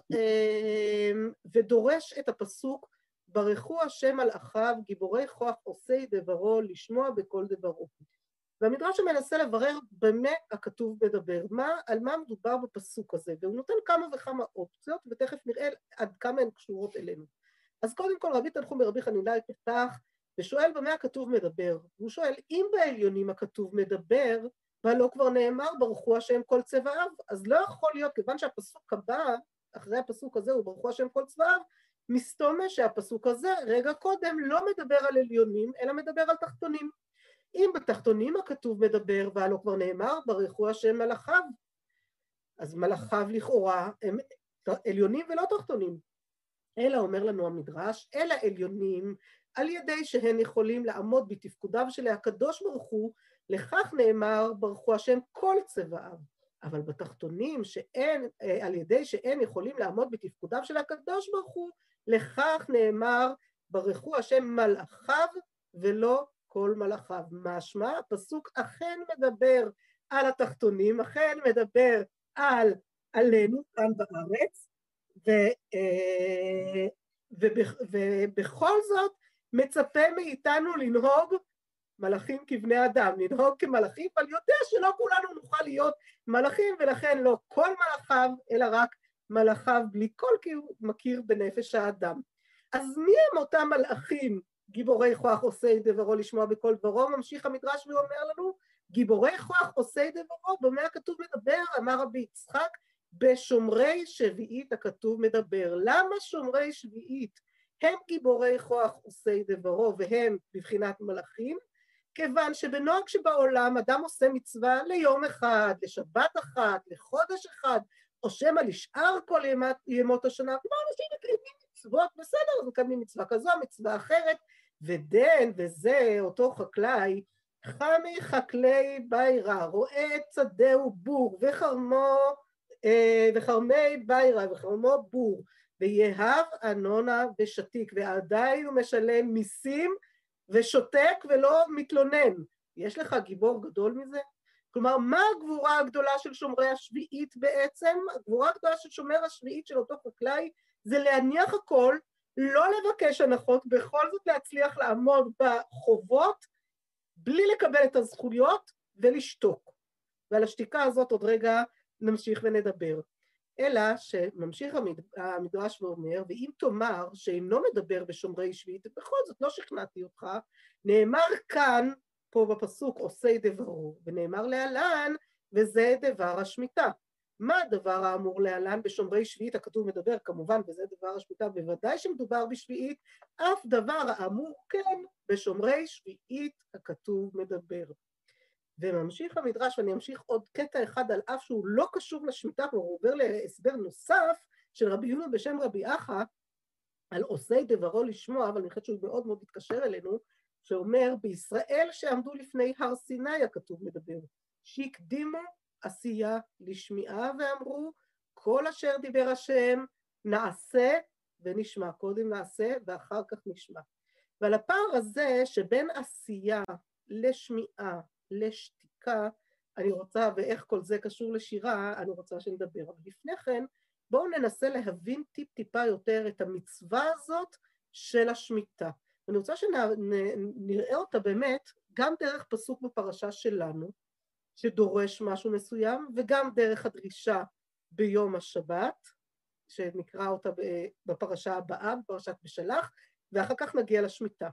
ודורש את הפסוק, ברכו השם מלאכיו, גיבורי כוח עושי דברו, לשמוע בכל דברו. והמדרש שמנסה לברר במה הכתוב מדבר, על מה מדובר בפסוק הזה, והוא נותן כמה וכמה אופציות, ותכף נראה עד כמה הן קשורות אלינו. אז קודם כל רבי תנחום ברבי חנינא פתח, ושואל במה הכתוב מדבר. והוא שואל, אם בעליונים הכתוב מדבר, והלא כבר נאמר, ברכו השם כל צבאיו, אז לא יכול להיות, כיוון שהפסוק הבא, אחרי הפסוק הזה הוא ברכו השם כל צבאיו, מסתומה שהפסוק הזה רגע קודם לא מדבר על עליונים, אלא מדבר על תחתונים. אם בתחתונים הכתוב מדבר, והלא כבר נאמר, ברכו השם מלאכיו, אז מלאכיו לכאורה הם עליונים ולא תחתונים. אלא אומר לנו המדרש, אלא עליונים, על ידי שהן יכולים לעמוד בתפקודיו של הקדוש ברוך הוא, לכך נאמר, ברכו השם כל צבאיו. אבל בתחתונים, על ידי שהן יכולים לעמוד בתפקודיו של הקדוש ברוך הוא, לכך נאמר, ברכו השם מלאכיו ולא כל מלאכיו. משמע, הפסוק אכן מדבר על התחתונים, אכן מדבר עלינו כאן בארץ, ובכל זאת מצפה מאיתנו לנהוג מלאכים כבני אדם, לנהוג כמלאכים, אבל יודע שלא כולנו נוכל להיות מלאכים, ולכן לא כל מלאכיו, אלא רק מלאכיו בלי כל, כי הוא מכיר בנפש האדם. אז מי הם אותם מלאכים, גיבורי כוח עושי דברו לשמוע בכל דברו? ממשיך המדרש ואומר לנו, גיבורי כוח עושי דברו, במה הכתוב מדבר? אמר רבי יצחק, בשומרי שביעית הכתוב מדבר. למה שומרי שביעית הם גיבורי כוח עושי דברו והם בבחינת מלאכים? כיוון שבנוהג שבעולם אדם עושה מצווה ליום אחד, לשבת אחת, לחודש אחד, או שמא לשאר כל ימות השנה, כמו אנשים מקיימים מצוות, בסדר, אז מקיימים מצווה כזו, מצווה אחרת, ודן וזה אותו חקלאי, חמי חקלי בירה, רואה צדהו בור, וחרמי בירה, וחרמו בור, ויהב אנונה ושתיק, ועדיין הוא משלם מיסים, ושותק ולא מתלונן. יש לך גיבור גדול מזה? כלומר, מה הגבורה הגדולה של שומרי השביעית בעצם? הגבורה הגדולה של שומר השביעית של אותו חקלאי, זה להניח הכל, לא לבקש הנחות, בכל זאת להצליח לעמוד בחובות, בלי לקבל את הזכויות ולשתוק. ועל השתיקה הזאת עוד רגע נמשיך ונדבר. אלא שממשיך המדרש ואומר, ואם תאמר שאינו מדבר בשומרי שביעית, בכל זאת לא שכנעתי אותך, נאמר כאן, פה בפסוק, עושי דברו, ונאמר להלן, וזה דבר השמיטה. מה הדבר האמור להלן בשומרי שביעית? הכתוב מדבר כמובן, וזה דבר השמיטה, בוודאי שמדובר בשביעית, אף דבר האמור כן בשומרי שביעית הכתוב מדבר. וממשיך המדרש, ואני אמשיך עוד קטע אחד על אף שהוא לא קשור לשמיטה, הוא עובר להסבר נוסף של רבי יהודה בשם רבי אחא, על עושי דברו לשמוע, אבל אני חושבת שהוא מאוד מאוד מתקשר אלינו, שאומר, בישראל שעמדו לפני הר סיני הכתוב מדבר, שהקדימו עשייה לשמיעה ואמרו, כל אשר דיבר השם נעשה ונשמע, קודם נעשה ואחר כך נשמע. ועל הפער הזה שבין עשייה לשמיעה, לשתיקה, אני רוצה, ואיך כל זה קשור לשירה, אני רוצה שנדבר. אבל לפני כן, בואו ננסה להבין טיפה יותר את המצווה הזאת של השמיטה. אני רוצה שנראה אותה באמת גם דרך פסוק בפרשה שלנו, שדורש משהו מסוים, וגם דרך הדרישה ביום השבת, שנקרא אותה בפרשה הבאה, בפרשת בשלח, ואחר כך נגיע לשמיטה.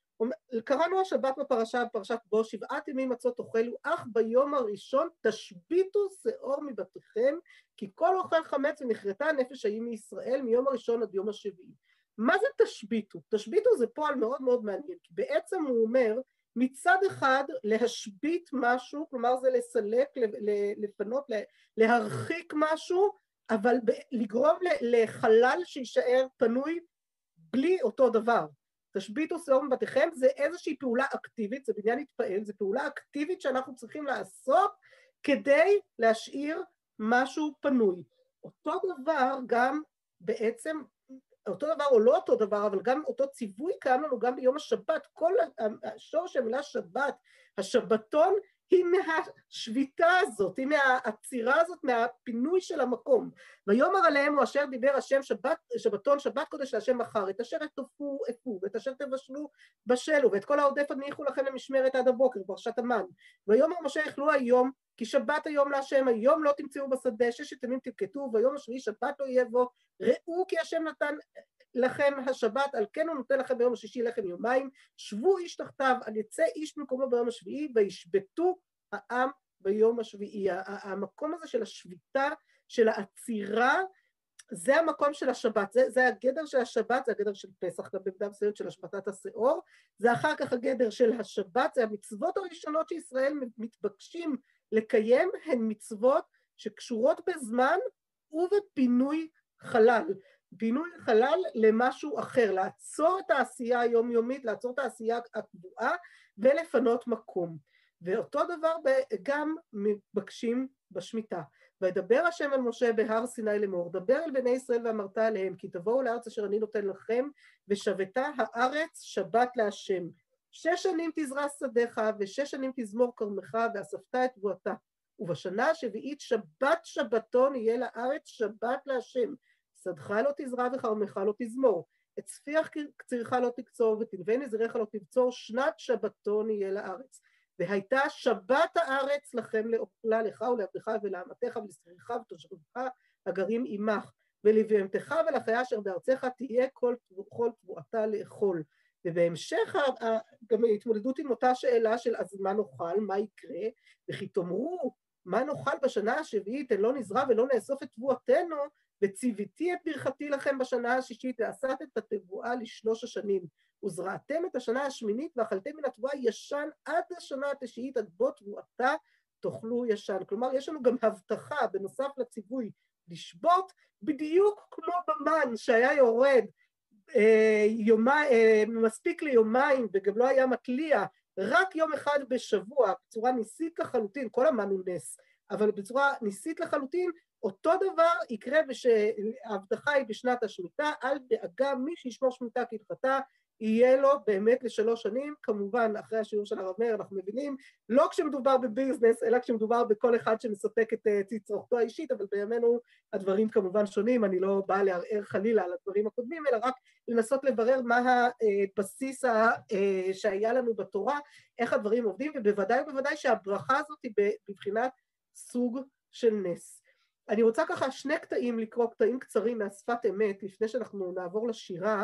קראנו השבת בפרשה, בפרשת בו, 7 ימים מצות תאכלו, אך ביום הראשון תשביתו שעור מבתיכם, כי כל אוכל חמץ ונכרתה הנפש ההיא מישראל מיום הראשון עד יום השביעי. מה זה תשביתו? תשביתו זה פועל מאוד מאוד מעניין, כי בעצם הוא אומר, מצד אחד להשבית משהו, כלומר זה לסלק, לפנות, להרחיק משהו, אבל לגרום לחלל שישאר פנוי בלי אותו דבר. תשביתו שעור מבתיכם זה איזושהי פעולה אקטיבית, זה בניין להתפעל, זה פעולה אקטיבית שאנחנו צריכים לעשות כדי להשאיר משהו פנוי. אותו דבר גם בעצם אותו דבר או לא אותו דבר, אבל גם אותו ציווי קיים לנו גם ביום השבת. כל השורש המילה שבת, השבתון, היא מהשביתה הזאת, היא מהעצירה הזאת, מהפינוי של המקום. ויאמר עליהם הוא אשר דיבר השם שבתון, שבת קודש להשם מחר, את אשר תאפו אפו, ואת אשר תבשלו בשלו, ואת כל העודף הניחו לכם למשמרת עד הבוקר, פרשת המן. ויאמר משה אכלו היום, כי שבת היום להשם, היום לא תמצאו בשדה, 6 ימים תלקטו, ויום השביעי שבת לא יהיה בו, ראו כי השם נתן לכם השבת, על כן הוא נותן לכם ביום השישי לחם יומיים, שבו איש תחתיו, על יצא איש מקומו ביום השביעי, וישבתו העם ביום השביעי. המקום הזה של השביתה, של העצירה, זה המקום של השבת, זה הגדר של השבת, זה הגדר של פסח, גם במידה מסוימת של השבתת השאור, זה אחר כך הגדר של השבת, זה המצוות הראשונות שישראל מתבקשים לקיים, הן מצוות שקשורות בזמן ובפינוי חלל. פינוי חלל למשהו אחר, לעצור את העשייה היומיומית, לעצור את העשייה הקבועה ולפנות מקום. ואותו דבר גם מבקשים בשמיטה. וידבר השם אל משה בהר סיני לאמור, דבר אל בני ישראל ואמרת עליהם, כי תבואו לארץ אשר אני נותן לכם, ושבתה הארץ שבת להשם. 6 שנים תזרע שדיך, ו6 שנים תזמור כרמך, ואספת את תבואתה. ובשנה השביעית שבת שבתון יהיה לארץ שבת להשם. שדך לא תזרע וכרמך לא תזמור. את ספיח קצירך לא תקצור, ותלווי נזירך לא תבצור, שנת שבתון יהיה לארץ. והייתה שבת הארץ לכם לאוכלה, לך ולעבדך ולאמתך ולשכירך ותושבך הגרים עמך, ולבהמתך ולחיה אשר בארצך תהיה כל תבואתה לאכול. ובהמשך גם ההתמודדות עם אותה שאלה של אז מה נאכל, מה יקרה, וכי תאמרו מה נאכל בשנה השביעית, אין לא נזרע ולא נאסוף את תבואתנו, וציוויתי את ברכתי לכם בשנה השישית, ועשת את התבואה ל3 השנים. וזרעתם את השנה השמינית, ואכלתם מן התבואה ישן עד השנה התשיעית, עד בוא תבואתה תאכלו ישן. כלומר, יש לנו גם הבטחה, בנוסף לציווי לשבות, בדיוק כמו במן שהיה יורד, מספיק ליומיים, וגם לא היה מתליע, רק יום אחד בשבוע, בצורה ניסית לחלוטין, כל המן הוא נס, אבל בצורה ניסית לחלוטין, אותו דבר יקרה שההבטחה היא בשנת השמיטה, אל דאגה מי שישמור שמיטה כהלכתה, יהיה לו באמת ל3 שנים, כמובן אחרי השיעור של הרב מאיר אנחנו מבינים, לא כשמדובר בביזנס, אלא כשמדובר בכל אחד שמספק את צרכתו האישית, אבל בימינו הדברים כמובן שונים, אני לא באה לערער חלילה על הדברים הקודמים, אלא רק לנסות לברר מה הבסיס שהיה לנו בתורה, איך הדברים עובדים, ובוודאי ובוודאי שהברכה הזאת היא בבחינת סוג של נס. אני רוצה ככה 2 קטעים לקרוא, קטעים קצרים מהשפת אמת, לפני שאנחנו נעבור לשירה,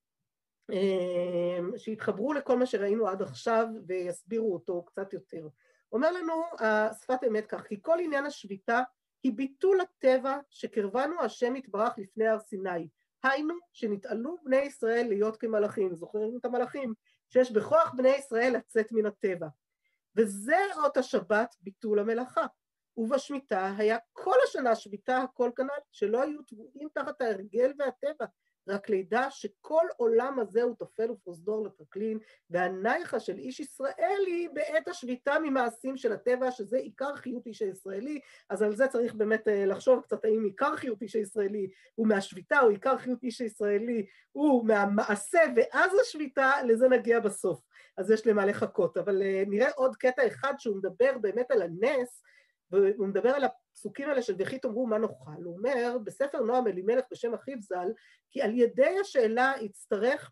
שהתחברו לכל מה שראינו עד עכשיו ויסבירו אותו קצת יותר. אומר לנו השפת אמת כך, כי כל עניין השביתה היא ביטול הטבע שקרבנו השם יתברך לפני הר סיני, היינו שנתעלו בני ישראל להיות כמלאכים, זוכרים את המלאכים, שיש בכוח בני ישראל לצאת מן הטבע, וזה אות השבת ביטול המלאכה. ובשמיטה היה כל השנה שביתה הכל כנ"ל, שלא היו טבועים תחת ההרגל והטבע, רק לידע שכל עולם הזה הוא תופל ופרוזדור לטרקלין, והנייחה של איש ישראלי בעת השביתה ממעשים של הטבע, שזה עיקר חיות איש הישראלי, אז על זה צריך באמת לחשוב קצת האם עיקר חיות איש הישראלי הוא מהשביתה, או עיקר חיות איש הישראלי הוא מהמעשה, ואז השביתה, לזה נגיע בסוף. אז יש למה לחכות, אבל נראה עוד קטע אחד שהוא מדבר באמת על הנס, והוא מדבר על הפסוקים האלה של וכי תאמרו מה נאכל, הוא אומר בספר נועם אלימלך בשם אחיו ז"ל, כי על ידי השאלה יצטרך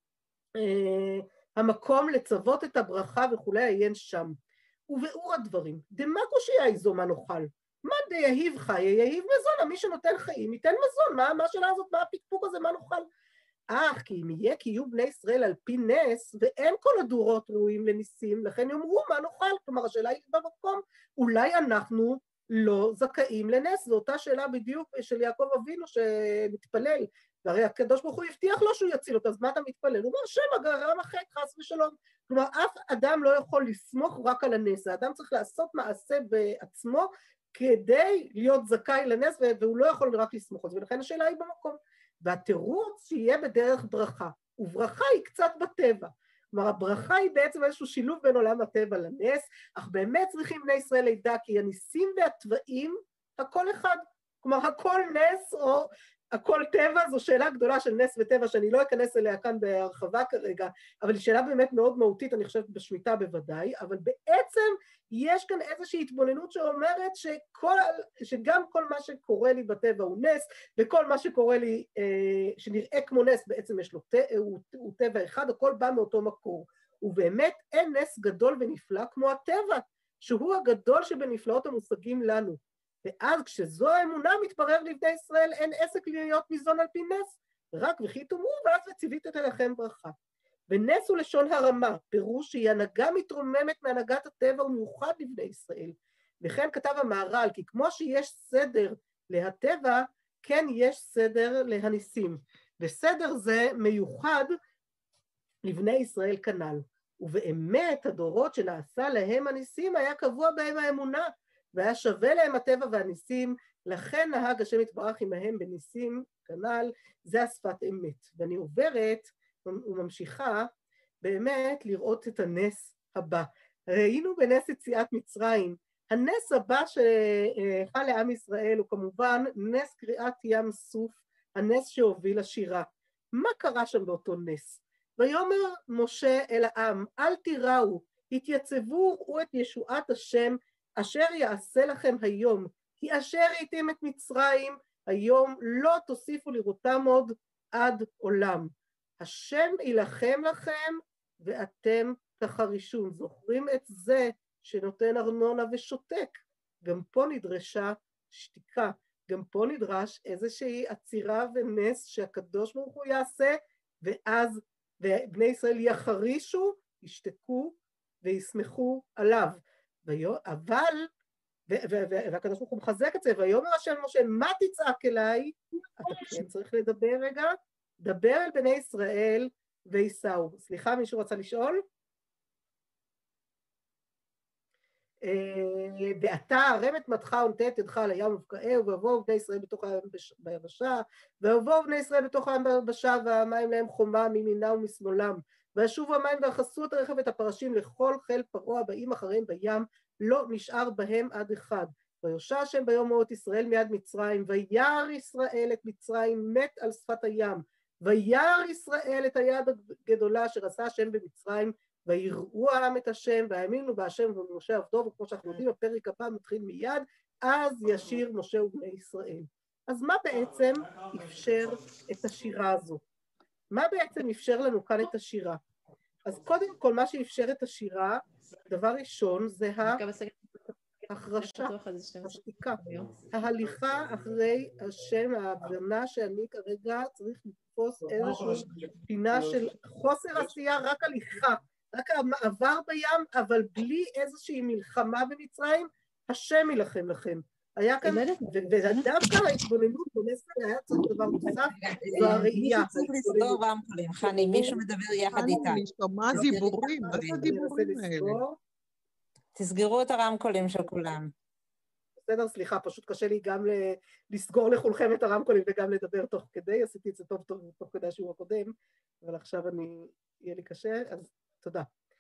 המקום לצוות את הברכה וכולי עיין שם. ובאור הדברים, דמה קושיה איזו מה נאכל, מה דיהיב חי, יהיב מזון, מי שנותן חיים ייתן מזון, מה השאלה הזאת, מה הפקפוק הזה, מה נאכל? אך כי אם יהיה קיום בני ישראל על פי נס, ואין כל הדורות ראויים לניסים, לכן יאמרו מה נאכל, כלומר השאלה היא במקום, אולי אנחנו לא זכאים לנס, זו אותה שאלה בדיוק של יעקב אבינו שמתפלל, והרי הקדוש ברוך הוא הבטיח לו שהוא יציל אותו, אז מה אתה מתפלל? הוא אומר שם הגרם החטא חס ושלום, כלומר אף אדם לא יכול לסמוך רק על הנס, האדם צריך לעשות מעשה בעצמו, כדי להיות זכאי לנס, והוא לא יכול רק לסמוך על זה, ולכן השאלה היא במקום. והתירוץ שיהיה בדרך ברכה, וברכה היא קצת בטבע, כלומר הברכה היא בעצם איזשהו שילוב בין עולם הטבע לנס, אך באמת צריכים בני ישראל לידע כי הניסים והטבעים הכל אחד, כלומר הכל נס, או הכל טבע, זו שאלה גדולה של נס וטבע, שאני לא אכנס אליה כאן בהרחבה כרגע, אבל היא שאלה באמת מאוד מהותית, אני חושבת בשמיטה בוודאי, אבל בעצם יש כאן איזושהי התבוננות שאומרת שגם כל מה שקורה לי בטבע הוא נס, וכל מה שקורה לי שנראה כמו נס בעצם הוא טבע אחד, הכל בא מאותו מקור. ובאמת אין נס גדול ונפלא כמו הטבע, שהוא הגדול שבנפלאות המושגים לנו. ואז כשזו האמונה מתברר לבני ישראל, אין עסק להיות ניזון על פי נס, רק וכי תאמרו ואז וציוויתם אליכם ברכה. ונס הוא לשון הרמה, פירוש שהיא הנהגה מתרוממת מהנהגת הטבע ומיוחד לבני ישראל. וכן כתב המהר"ל, כי כמו שיש סדר להטבע, כן יש סדר להניסים. וסדר זה מיוחד לבני ישראל כנ"ל. ובאמת הדורות שנעשה להם הניסים היה קבוע בהם האמונה, והיה שווה להם הטבע והניסים, לכן נהג השם יתברך עמהם בניסים כנ"ל, זה השפת אמת. ואני עוברת וממשיכה באמת לראות את הנס הבא. ראינו בנס יציאת מצרים, הנס הבא שחל לעם ישראל הוא כמובן נס קריעת ים סוף, הנס שהוביל לשירה. מה קרה שם באותו נס? ויאמר משה אל העם, אל תיראו, התייצבו וראו את ישועת השם, אשר יעשה לכם היום, כי אשר ראיתם את מצרים, היום לא תוסיפו לראותם עוד עד עולם. השם ילחם לכם ואתם תחרישון. זוכרים את זה שנותן ארנונה ושותק. גם פה נדרשה שתיקה, גם פה נדרש איזושהי עצירה ונס שהקדוש ברוך הוא יעשה, ואז בני ישראל יחרישו, ישתקו וישמחו עליו. אבל, והקדוש ברוך הוא מחזק את זה, ויאמר השם משה, מה תצעק אליי? אתה כן צריך לדבר רגע, דבר אל בני ישראל ויסעו. סליחה, מישהו רצה לשאול? ואתה הרם את מתך ונטה את ידך על הים ובקעהו, ויבואו בני ישראל בתוך הים ביבשה, ויבואו בני ישראל בתוך הים ביבשה, והמים להם חומה מימינם ומשמאלם, וישובו המים ויחסו את הרכב ואת הפרשים לכל חיל פרעה הבאים אחריהם בים, לא נשאר בהם עד אחד. ויושע השם ביום ההוא את ישראל מיד מצרים, וירא ישראל את מצרים מת על שפת הים, וירא ישראל את היד הגדולה אשר עשה השם במצרים, ויראו העם את השם, והאמינו בהשם ובמשה עבדו, וכמו שאנחנו יודעים, הפרק הבא מתחיל מיד, אז ישיר משה ובני ישראל. אז מה בעצם אפשר את השירה הזו? מה בעצם אפשר לנו כאן את השירה? אז קודם כל, מה שאפשר את השירה, דבר ראשון, זה ההחרשה, השתיקה, ההליכה אחרי השם, ההבנה שאני כרגע צריך לתפוס איזושהי פינה של חוסר עשייה, רק הליכה, רק המעבר בים, אבל בלי איזושהי מלחמה במצרים, השם ילחם לכם. היה כאן, ודווקא ההתבוננות בנס היה צריך דבר נוסף, זו הראייה. מישהו צריך לסגור רמקולים, חני, מישהו מדבר יחד איתה. מה דיבורים? מה זה הדיבורים האלה? תסגרו את הרמקולים של כולם. בסדר, סליחה, פשוט קשה לי גם לסגור לכולכם את הרמקולים וגם לדבר תוך כדי, עשיתי את זה טוב תוך כדי השיעור הקודם, אבל עכשיו יהיה לי קשה, אז תודה.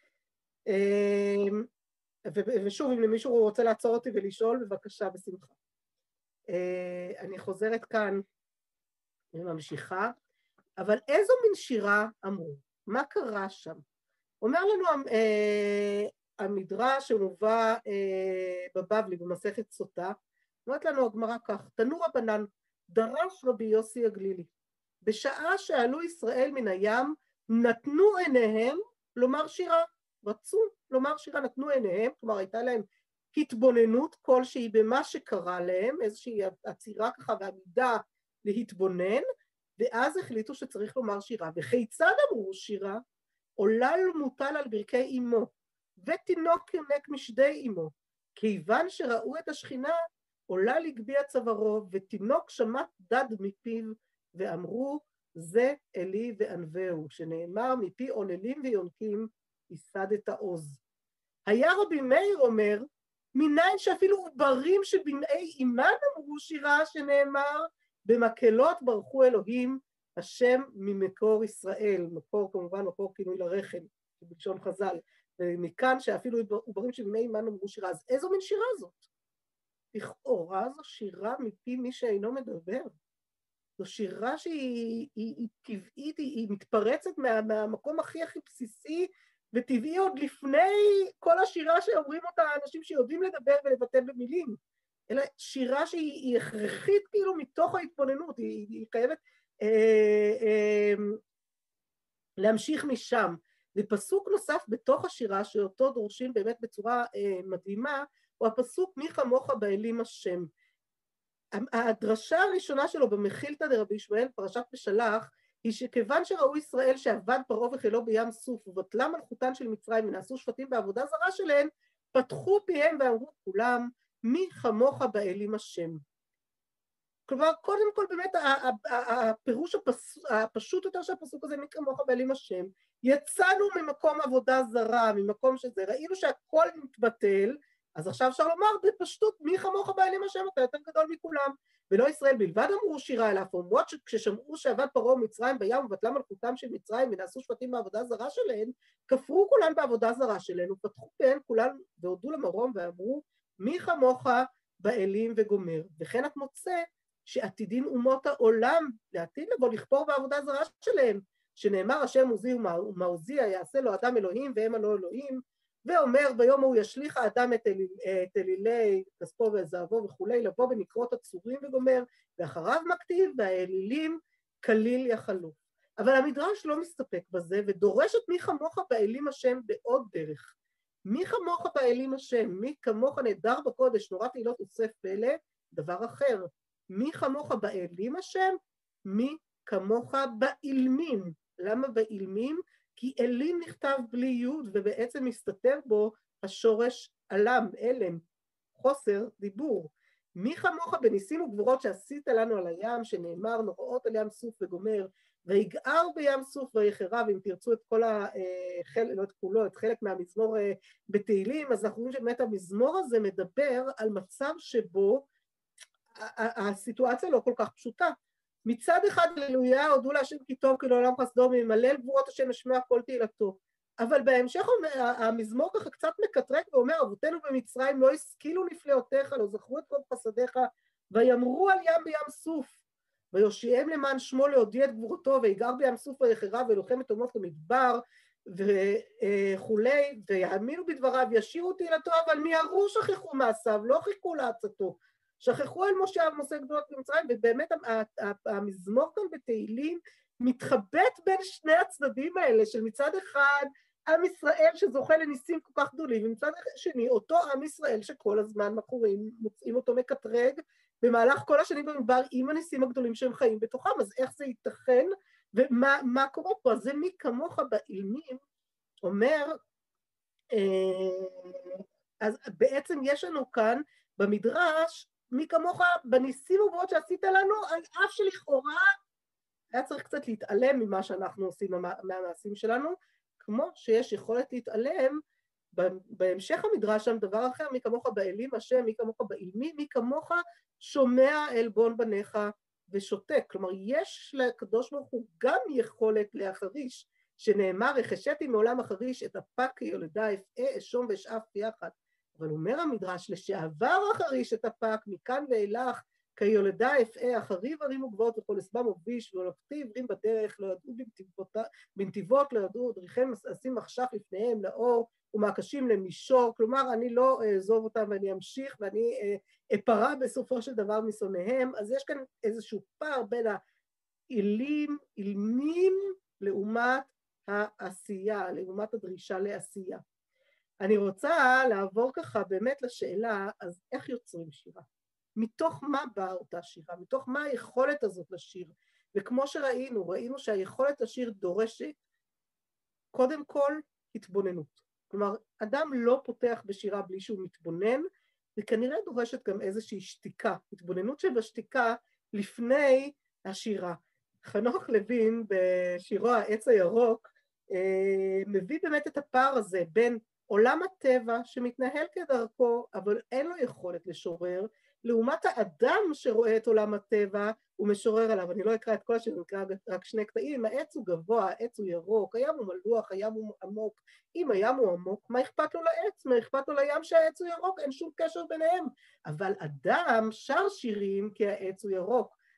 ושוב, אם למישהו רוצה לעצור אותי ולשאול, בבקשה, בשמחה. אני חוזרת כאן, אני ממשיכה, אבל איזו מין שירה אמרו? מה קרה שם? אומר לנו המדרש שמובא בבבלי, במסכת סוטה, אומרת לנו הגמרא כך, תנו רבנן, דרש רבי יוסי הגלילי, בשעה שעלו ישראל מן הים, נתנו עיניהם לומר שירה, רצו לומר שירה, נתנו עיניהם, כלומר הייתה להם התבוננות כלשהי במה שקרה להם, איזושהי עצירה ככה ועמידה להתבונן, ואז החליטו שצריך לומר שירה. וכיצד אמרו שירה? עולל מוטל על ברכי אמו, ותינוק יונק משדי אמו, כיוון שראו את השכינה, עולה לגביע צווארו, ותינוק שמט דד מפיו, ואמרו, זה אלי וענווהו, שנאמר מפי עוללים ויונקים, ייסד את העוז. היה רבי מאיר אומר, מניין שאפילו עוברים שבמאי אימן אמרו שירה שנאמר, במקהלות ברכו אלוהים, השם ממקור ישראל, מקור כמובן מקור כינוי לרחם, בלשון חז"ל, ומכאן שאפילו עוברים שבמאי אימן אמרו שירה, אז איזו מין שירה זאת? לכאורה זו שירה מפי מי שאינו מדבר. זו שירה שהיא טבעית, היא מתפרצת מהמקום הכי בסיסי, וטבעי עוד לפני כל השירה שאומרים אותה האנשים שיודעים לדבר ולבטא במילים, אלא שירה שהיא הכרחית כאילו מתוך ההתבוננות, היא חייבת להמשיך משם. ופסוק נוסף בתוך השירה שאותו דורשים באמת בצורה מדהימה, הוא הפסוק מי כמוך באלים השם. הדרשה הראשונה שלו במחילתא דרבי ישמעאל, פרשת בשלח, היא שכיוון שראו ישראל שעבד פרעה וכלו בים סוף, ובטלה מלכותן של מצרים ונעשו שבטים בעבודה זרה שלהן, פתחו פיהם ואמרו כולם, מי כמוך באלים השם. כלומר, קודם כל באמת הפירוש הפשוט יותר של הפסוק הזה, מי כמוך באלים השם, יצאנו ממקום עבודה זרה, ממקום שזה, ראינו שהכל מתבטל, אז עכשיו אפשר לומר בפשטות, מי כמוך באלים השם, אתה יותר גדול מכולם. ולא ישראל בלבד אמרו שירה, אלא אף אומרות שכששמעו שעבד פרעה ומצרים בים ובטלה מלכותם של מצרים ונעשו שבטים בעבודה זרה שלהן, כפרו כולם בעבודה זרה שלהן, ופתחו פיהם כולם והודו למרום ואמרו, מי כמוך באלים וגומר. וכן את מוצא שעתידין אומות העולם לעתיד לבוא לכפור בעבודה זרה שלהם, שנאמר השם עוזי ומעוזיה יעשה לו אדם אלוהים והם הלא אלוהים, ואומר ביום הוא ישליך האדם את אלילי כספו וזהבו וכולי, לבוא ונקרות הצורים וגומר, ואחריו מכתיב והאלילים כליל יחלו. אבל המדרש לא מסתפק בזה, ודורש את מי כמוך באלים השם בעוד דרך. מי כמוך באלים השם, מי כמוך נהדר בקודש, נורא תהילות וסף פלא, דבר אחר. מי כמוך באלים השם, מי כמוך באילמים. למה באילמים? כי אלים נכתב בלי יוד, ובעצם מסתתר בו השורש אלם, אלם, חוסר דיבור. מי כמוך בניסים וגבורות שעשית לנו על הים, שנאמר נוראות על ים סוף וגומר, ויגער בים סוף ויחרב, אם תרצו את כל לא את כולו, את חלק מהמזמור בתהילים, אז אנחנו רואים שבאמת המזמור הזה מדבר על מצב שבו הסיטואציה לא כל כך פשוטה. מצד אחד הללויה, הודו להשם כי טוב כי לעולם חסדו, ממלל גבורות השם השמע כל תהילתו. אבל בהמשך המזמור ככה קצת מקטרק ואומר, אבותינו במצרים לא השכילו נפלאותיך, לא זכרו את כל חסדיך, ויאמרו על ים בים סוף, ויושיעם למען שמו להודיע את גבורתו, ויגער בים סוף ויחרב, ולוחם את אומות למדבר, וכולי, ויאמינו בדבריו, ישירו תהילתו, אבל מיהרו שכחו מעשיו, לא חיכו לעצתו. שכחו אל משה ומשה גדולות במצרים, ובאמת המזמור כאן בתהילים מתחבט בין שני הצדדים האלה, של מצד אחד עם ישראל שזוכה לניסים כל כך גדולים, ומצד שני אותו עם ישראל שכל הזמן מוצאים אותו מקטרג במהלך כל השנים במדבר עם הניסים הגדולים שהם חיים בתוכם. אז איך זה ייתכן ומה קורה פה? אז זה מי כמוך באילמים אומר, אז בעצם יש לנו כאן במדרש מי כמוך בניסים וברות שעשית לנו, על אף שלכאורה היה צריך קצת להתעלם ממה שאנחנו עושים מהמעשים שלנו, כמו שיש יכולת להתעלם בהמשך המדרש שם דבר אחר, מי כמוך באלים השם, מי כמוך באילמים, מי כמוך שומע עלבון בניך ושותק. כלומר יש לקדוש ברוך הוא גם יכולת להחריש, שנאמר החשיתי מעולם החריש את הפק כיולדה אפעה אשום ואשאף יחד. אבל אומר המדרש, לשעבר החריש את הפק, מכאן ואילך, כיולדה אפעה, אחריב הרים וגבעות וכל אסבם וביש, והולכתי עברים בדרך, לא ידעו בנתיבות, לא ידעו, דריכם אשים מחשך לפניהם לאור, ומעקשים למישור. כלומר, אני לא אעזוב אותם ואני אמשיך, ואני אפרה בסופו של דבר משונאיהם. אז יש כאן איזשהו פער בין האילמים לעומת העשייה, לעומת הדרישה לעשייה. אני רוצה לעבור ככה באמת לשאלה, אז איך יוצרים שירה? מתוך מה באה אותה שירה? מתוך מה היכולת הזאת לשיר? וכמו שראינו, ראינו שהיכולת לשיר דורשת קודם כל התבוננות. כלומר, אדם לא פותח בשירה בלי שהוא מתבונן, וכנראה דורשת גם איזושהי שתיקה, התבוננות שבשתיקה לפני השירה. חנוך לוין בשירו העץ הירוק, מביא באמת את הפער הזה בין עולם הטבע שמתנהל כדרכו, אבל אין לו יכולת לשורר, לעומת האדם שרואה את עולם הטבע ומשורר עליו. אני לא אקרא את כל השיר, אני אקרא רק שני קטעים. העץ הוא גבוה, העץ הוא ירוק, הים הוא מלוח, הים הוא עמוק. אם הים הוא עמוק, מה אכפת לו לעץ? מה אכפת לו לים שהעץ הוא ירוק? אין שום קשר ביניהם. אבל אדם שר שירים כי העץ הוא ירוק.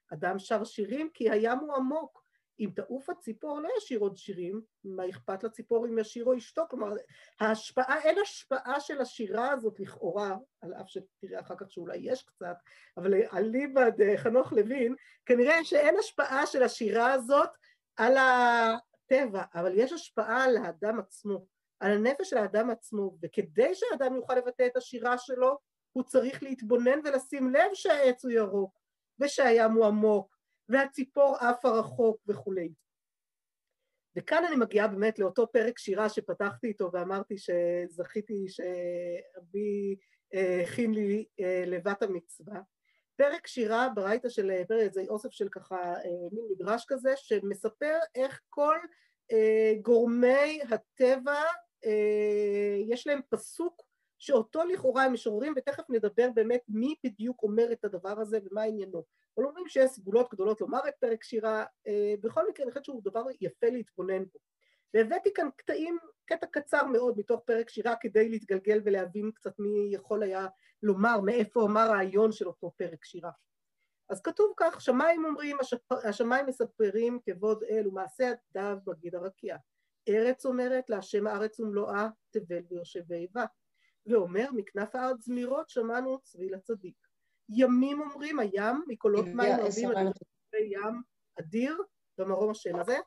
אדם שר שירים כי הים הוא עמוק. אם תעוף הציפור לא ישיר עוד שירים, מה אכפת לציפור אם ישיר או ישתוק? כלומר, אין השפעה של השירה הזאת לכאורה, על אף שתראה אחר כך שאולי יש קצת, אבל אליבא דחנוך לוין, כנראה שאין השפעה של השירה הזאת על הטבע, אבל יש השפעה על האדם עצמו, על הנפש של האדם עצמו, וכדי שהאדם יוכל לבטא את השירה שלו, הוא צריך להתבונן ולשים לב שהעץ הוא ירוק, ושהים הוא עמוק, והציפור עפה רחוק וכולי. וכאן אני מגיעה באמת לאותו פרק שירה שפתחתי איתו ואמרתי שזכיתי שאבי הכין לי לבת המצווה. פרק שירה ברייתא של פרק זה אוסף של ככה מין מדרש כזה שמספר איך כל גורמי הטבע יש להם פסוק שאותו לכאורה הם משוררים, ותכף נדבר באמת מי בדיוק אומר את הדבר הזה ומה עניינו. אבל אומרים שיש סגולות גדולות לומר את פרק שירה, בכל מקרה אני חושבת שהוא דבר יפה להתבונן בו. והבאתי כאן קטע קצר מאוד מתוך פרק שירה כדי להתגלגל ולהבין קצת מי יכול היה לומר, מאיפה מה הרעיון של אותו פרק שירה. אז כתוב כך, שמיים אומרים, השמיים מספרים כבוד אל ומעשה ידיו מגיד הרקיע. ארץ אומרת להשם הארץ ומלואה תבל ויושבי בה. ואומר מכנף הארץ זמירות שמענו צבי לצדיק. ימים אומרים הים מקולות מים רבים ים אדיר במרום השם הזה.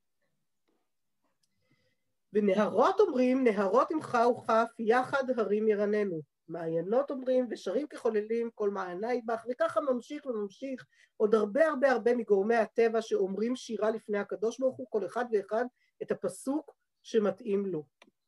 ונהרות אומרים נהרות עמך וכף יחד הרים ירננו. מעיינות אומרים ושרים כחוללים כל מעייני בך, וככה ממשיך וממשיך עוד הרבה מגורמי הטבע שאומרים שירה לפני הקדוש ברוך הוא, כל אחד ואחד את הפסוק שמתאים לו.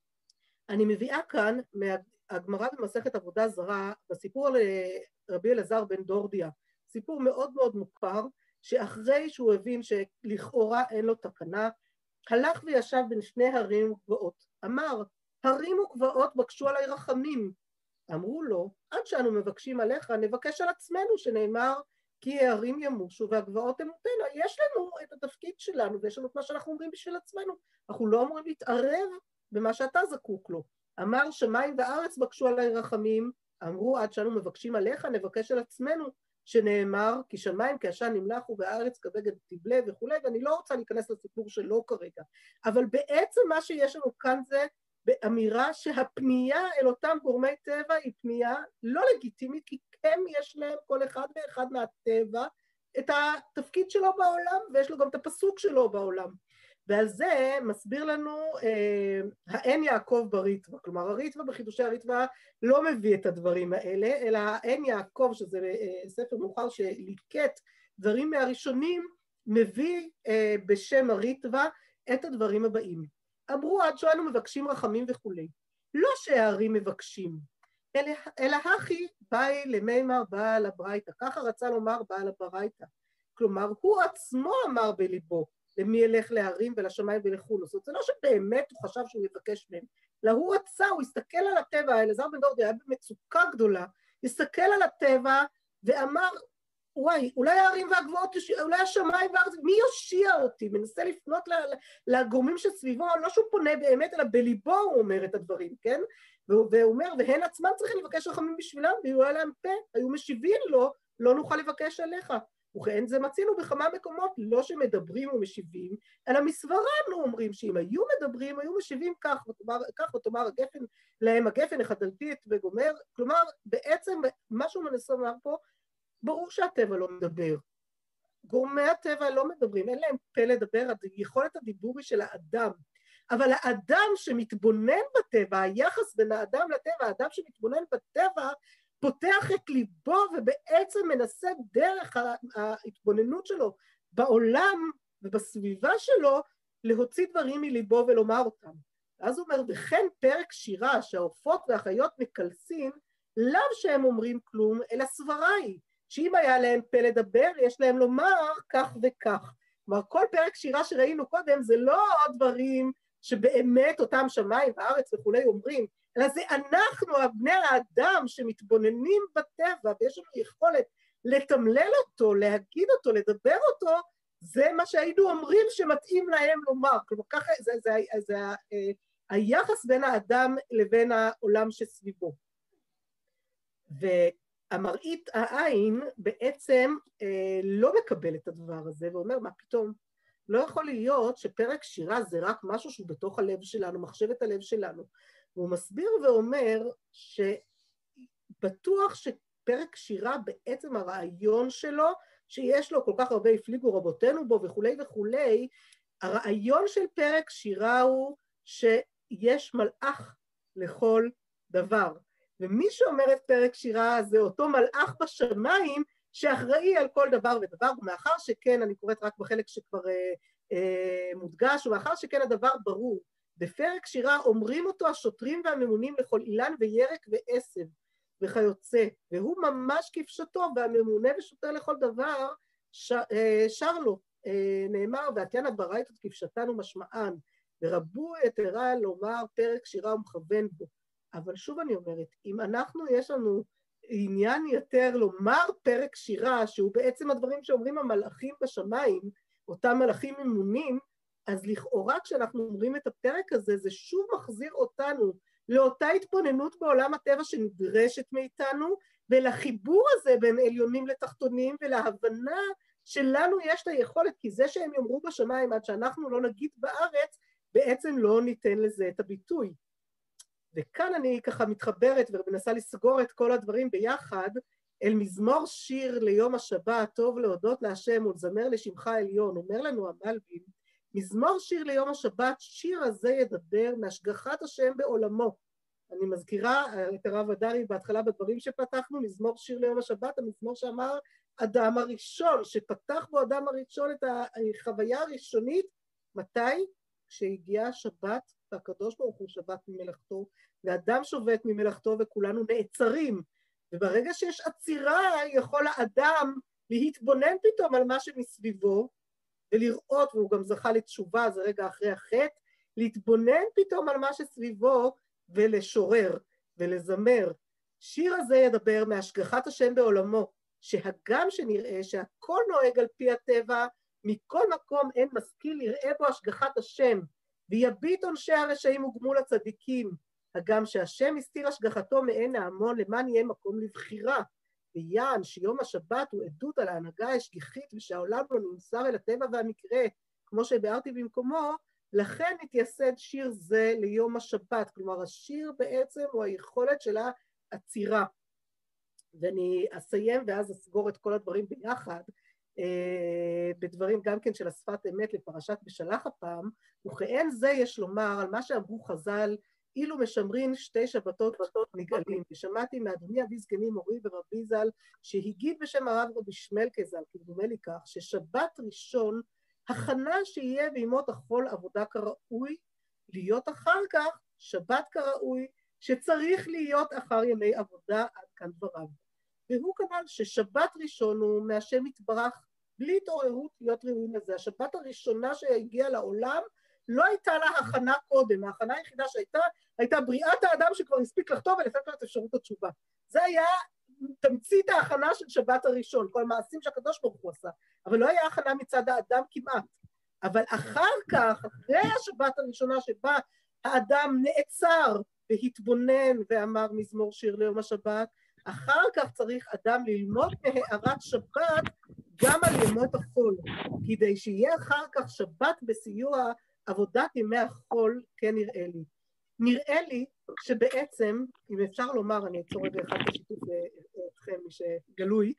אני מביאה כאן מהגמרא במסכת עבודה זרה, בסיפור על רבי אלעזר בן דורדיה, סיפור מאוד מאוד מוכר, שאחרי שהוא הבין שלכאורה אין לו תקנה, הלך וישב בין שני הרים וגבעות, אמר, הרים וגבעות בקשו עליי רחמים, אמרו לו, עד שאנו מבקשים עליך, נבקש על עצמנו, שנאמר, כי ההרים ימושו והגבעות ימותנו, יש לנו את התפקיד שלנו, ויש לנו את מה שאנחנו אומרים בשביל עצמנו, אנחנו לא אמורים להתערב במה שאתה זקוק לו. אמר שמיים וארץ בקשו עליי רחמים, אמרו עד שאנו מבקשים עליך נבקש על עצמנו, שנאמר כי שמיים כעשן נמלחו והארץ כבגד תבלה וכולי, ואני לא רוצה להיכנס לסיפור שלו כרגע, אבל בעצם מה שיש לנו כאן זה באמירה שהפנייה אל אותם גורמי טבע היא פנייה לא לגיטימית, כי הם יש להם כל אחד ואחד מהטבע את התפקיד שלו בעולם, ויש לו גם את הפסוק שלו בעולם. ועל זה מסביר לנו האין יעקב בריטווה, כלומר הריטווה בחידושי הריטווה לא מביא את הדברים האלה, אלא האין יעקב, שזה ספר מאוחר שליקט דברים מהראשונים, מביא בשם הריטווה את הדברים הבאים. אמרו עד שאנו מבקשים רחמים וכולי, לא שהערים מבקשים, אלא הכי באי למימר בעל הברייתא, ככה רצה לומר בעל הברייתא, כלומר הוא עצמו אמר בליבו, למי ילך להרים ולשמיים ולחולו, זאת אומרת, זה לא שבאמת הוא חשב שהוא יבקש מהם, אלא הוא רצה, הוא הסתכל על הטבע, אלעזר בן דורדיה היה במצוקה גדולה, הסתכל על הטבע ואמר, וואי, אולי הערים והגבעות, אולי השמיים והארץ, מי יושיע אותי? מנסה לפנות לגורמים שסביבו, לא שהוא פונה באמת, אלא בליבו הוא אומר את הדברים, כן? והוא אומר, והן עצמם צריכים לבקש רחמים בשבילם, והיו להם פה, היו משיבים לו, לא נוכל לבקש עליך. וכן זה מצינו בכמה מקומות, לא שמדברים ומשיבים, אלא מסברנו אומרים שאם היו מדברים, היו משיבים כך ותאמר הגפן להם, הגפן החדלתי את וגומר, כלומר בעצם מה שהוא מנסה לומר פה, ברור שהטבע לא מדבר, גורמי הטבע לא מדברים, אין להם פה לדבר, יכולת הדיבור היא של האדם, אבל האדם שמתבונן בטבע, היחס בין האדם לטבע, האדם שמתבונן בטבע, פותח את ליבו ובעצם מנסה דרך ההתבוננות שלו בעולם ובסביבה שלו להוציא דברים מליבו ולומר אותם. אז הוא אומר, וכן פרק שירה שהעופות והחיות מקלסים, לאו שהם אומרים כלום, אלא סברה היא, שאם היה להם פה לדבר, יש להם לומר כך וכך. כלומר, כל פרק שירה שראינו קודם, זה לא עוד דברים שבאמת אותם שמיים והארץ וכולי אומרים, אלא זה אנחנו, בני האדם שמתבוננים בטבע, ויש לנו יכולת לתמלל אותו, להגיד אותו, לדבר אותו, זה מה שהיינו אומרים שמתאים להם לומר. כלומר, ככה זה היחס בין האדם לבין העולם שסביבו. המראית העין בעצם לא מקבל את הדבר הזה, ואומר, מה פתאום? לא יכול להיות שפרק שירה זה רק משהו שהוא בתוך הלב שלנו, מחשבת הלב שלנו. והוא מסביר ואומר שבטוח שפרק שירה בעצם הרעיון שלו, שיש לו כל כך הרבה הפליגו רבותינו בו וכולי וכולי, הרעיון של פרק שירה הוא שיש מלאך לכל דבר. ומי שאומר את פרק שירה זה אותו מלאך בשמיים שאחראי על כל דבר ודבר, ומאחר שכן, אני קוראת רק בחלק שכבר מודגש, ומאחר שכן הדבר ברור, בפרק שירה אומרים אותו השוטרים והממונים לכל אילן וירק ועשב וכיוצא, והוא ממש כפשוטו, והממונה ושוטר לכל דבר שר לו, נאמר, ועתיין ברייתות כפשתן ומשמען, ורבו יתרה לומר פרק שירה ומכוון בו. אבל שוב אני אומרת, אם אנחנו, יש לנו עניין יותר לומר פרק שירה, שהוא בעצם הדברים שאומרים המלאכים בשמיים, אותם מלאכים ממונים, אז לכאורה כשאנחנו אומרים את הפרק הזה, זה שוב מחזיר אותנו לאותה התבוננות בעולם הטבע שנדרשת מאיתנו, ולחיבור הזה בין עליונים לתחתונים, ולהבנה שלנו יש את היכולת, כי זה שהם יאמרו בשמיים עד שאנחנו לא נגיד בארץ, בעצם לא ניתן לזה את הביטוי. וכאן אני ככה מתחברת ומנסה לסגור את כל הדברים ביחד, אל מזמור שיר ליום השבת, טוב להודות להשם ולזמר לשמך עליון, אומר לנו המלבים, מזמור שיר ליום השבת, שיר הזה ידבר מהשגחת השם בעולמו. אני מזכירה את הרב הדרי בהתחלה בדברים שפתחנו, מזמור שיר ליום השבת, המזמור שאמר אדם הראשון, שפתח בו אדם הראשון את החוויה הראשונית, מתי? כשהגיעה השבת, והקדוש ברוך הוא שבת ממלאכתו, ואדם שובת ממלאכתו וכולנו נעצרים, וברגע שיש עצירה יכול האדם להתבונן פתאום על מה שמסביבו, ולראות, והוא גם זכה לתשובה, זה רגע אחרי החטא, להתבונן פתאום על מה שסביבו, ולשורר, ולזמר. שיר הזה ידבר מהשגחת השם בעולמו, שהגם שנראה שהכל נוהג על פי הטבע, מכל מקום אין משכיל יראה בו השגחת השם, ויביט עונשי הרשעים וגמול הצדיקים, הגם שהשם הסתיר השגחתו מעין ההמון, למען יהיה מקום לבחירה. ויען שיום השבת הוא עדות על ההנהגה ההשגיחית, ושהעולם לא נמסר אל הטבע והמקרה, כמו שבארתי במקומו, לכן התייסד שיר זה ליום השבת. כלומר, השיר בעצם הוא היכולת של העצירה. ואני אסיים ואז אסגור את כל הדברים ביחד, בדברים גם כן של השפת אמת לפרשת בשלח הפעם, וכאין זה יש לומר על מה שאמרו חז"ל, אילו משמרין שתי שבתות נגאלים. ושמעתי מאדוני אבי זקני מורי ורבי ז"ל, שהגיד בשם הרב רבי שמלכה ז"ל, כדומה לי כך, ששבת ראשון, הכנה שיהיה בימות החול עבודה כראוי, להיות אחר כך שבת כראוי, שצריך להיות אחר ימי עבודה, עד כאן דבריו. והוא כנ"ל ששבת ראשון הוא מהשם יתברך, בלי התעוררות להיות ראויים לזה. השבת הראשונה שהגיעה לעולם, לא הייתה לה הכנה קודם, ההכנה היחידה שהייתה, הייתה בריאת האדם שכבר הספיק לכתוב ולתת לו את אפשרות התשובה. זה היה תמצית ההכנה של שבת הראשון, כל מעשים שהקדוש ברוך הוא עשה, אבל לא היה הכנה מצד האדם כמעט. אבל אחר כך, אחרי השבת הראשונה שבה האדם נעצר והתבונן ואמר מזמור שיר ליום השבת, אחר כך צריך אדם ללמוד מהארת שבת גם על ימות החול, כדי שיהיה אחר כך שבת בסיוע עבודת ימי החול, כן נראה לי. נראה לי שבעצם, אם אפשר לומר, אני אצור רגע אחד בשיתוף אתכם, מי שגלוי,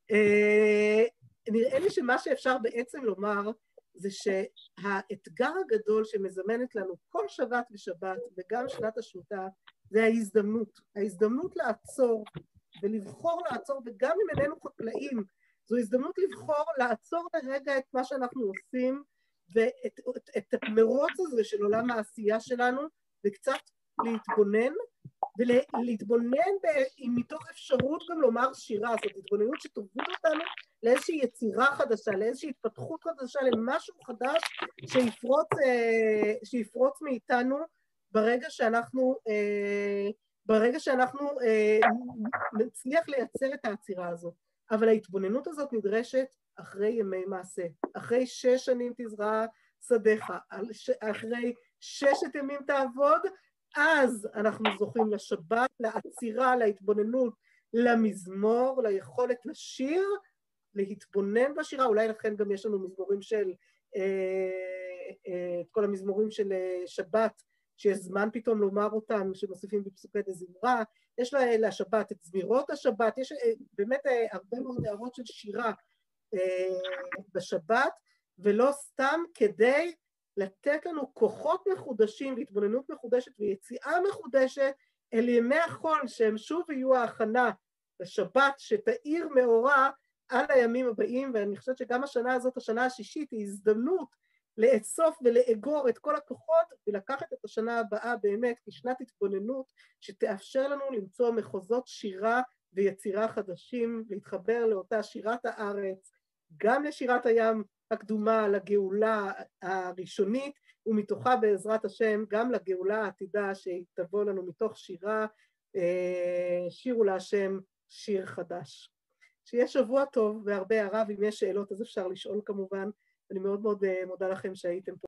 נראה לי שמה שאפשר בעצם לומר, זה שהאתגר הגדול שמזמנת לנו כל שבת ושבת, וגם שנת השמיטה, זה ההזדמנות. ההזדמנות לעצור, ולבחור לעצור, וגם אם איננו חקלאים, זו הזדמנות לבחור לעצור לרגע את מה שאנחנו עושים, ואת המרוץ הזה של עולם העשייה שלנו, וקצת להתבונן, ולהתבונן מתוך אפשרות גם לומר שירה, זאת התבוננות שתוביל אותנו לאיזושהי יצירה חדשה, לאיזושהי התפתחות חדשה, למשהו חדש שיפרוץ מאיתנו ברגע שאנחנו נצליח לייצר את העצירה הזאת. אבל ההתבוננות הזאת נדרשת אחרי ימי מעשה, אחרי 6 שנים תזרע שדך, אחרי 6 ימים תעבוד, אז אנחנו זוכים לשבת, לעצירה, להתבוננות, למזמור, ליכולת לשיר, להתבונן בשירה, אולי לכן גם יש לנו מזמורים של, את כל המזמורים של שבת, שיש זמן פתאום לומר אותם, שמוסיפים בפסוקי דזמרה, יש לשבת את זמירות השבת, יש באמת הרבה מאוד הערות של שירה בשבת, ולא סתם כדי לתת לנו כוחות מחודשים והתבוננות מחודשת ויציאה מחודשת אל ימי החול, שהם שוב יהיו ההכנה לשבת שתאיר מאורה על הימים הבאים, ואני חושבת שגם השנה הזאת, השנה השישית, היא הזדמנות לאסוף ולאגור את כל הכוחות ולקחת את השנה הבאה באמת כשנת התבוננות שתאפשר לנו למצוא מחוזות שירה ויצירה חדשים, להתחבר לאותה שירת הארץ, גם לשירת הים הקדומה, לגאולה הראשונית, ומתוכה בעזרת השם גם לגאולה העתידה שתבוא לנו מתוך שירה, שירו להשם שיר חדש. שיהיה שבוע טוב והרבה הרב, אם יש שאלות אז אפשר לשאול כמובן, אני מאוד מאוד מודה לכם שהייתם פה.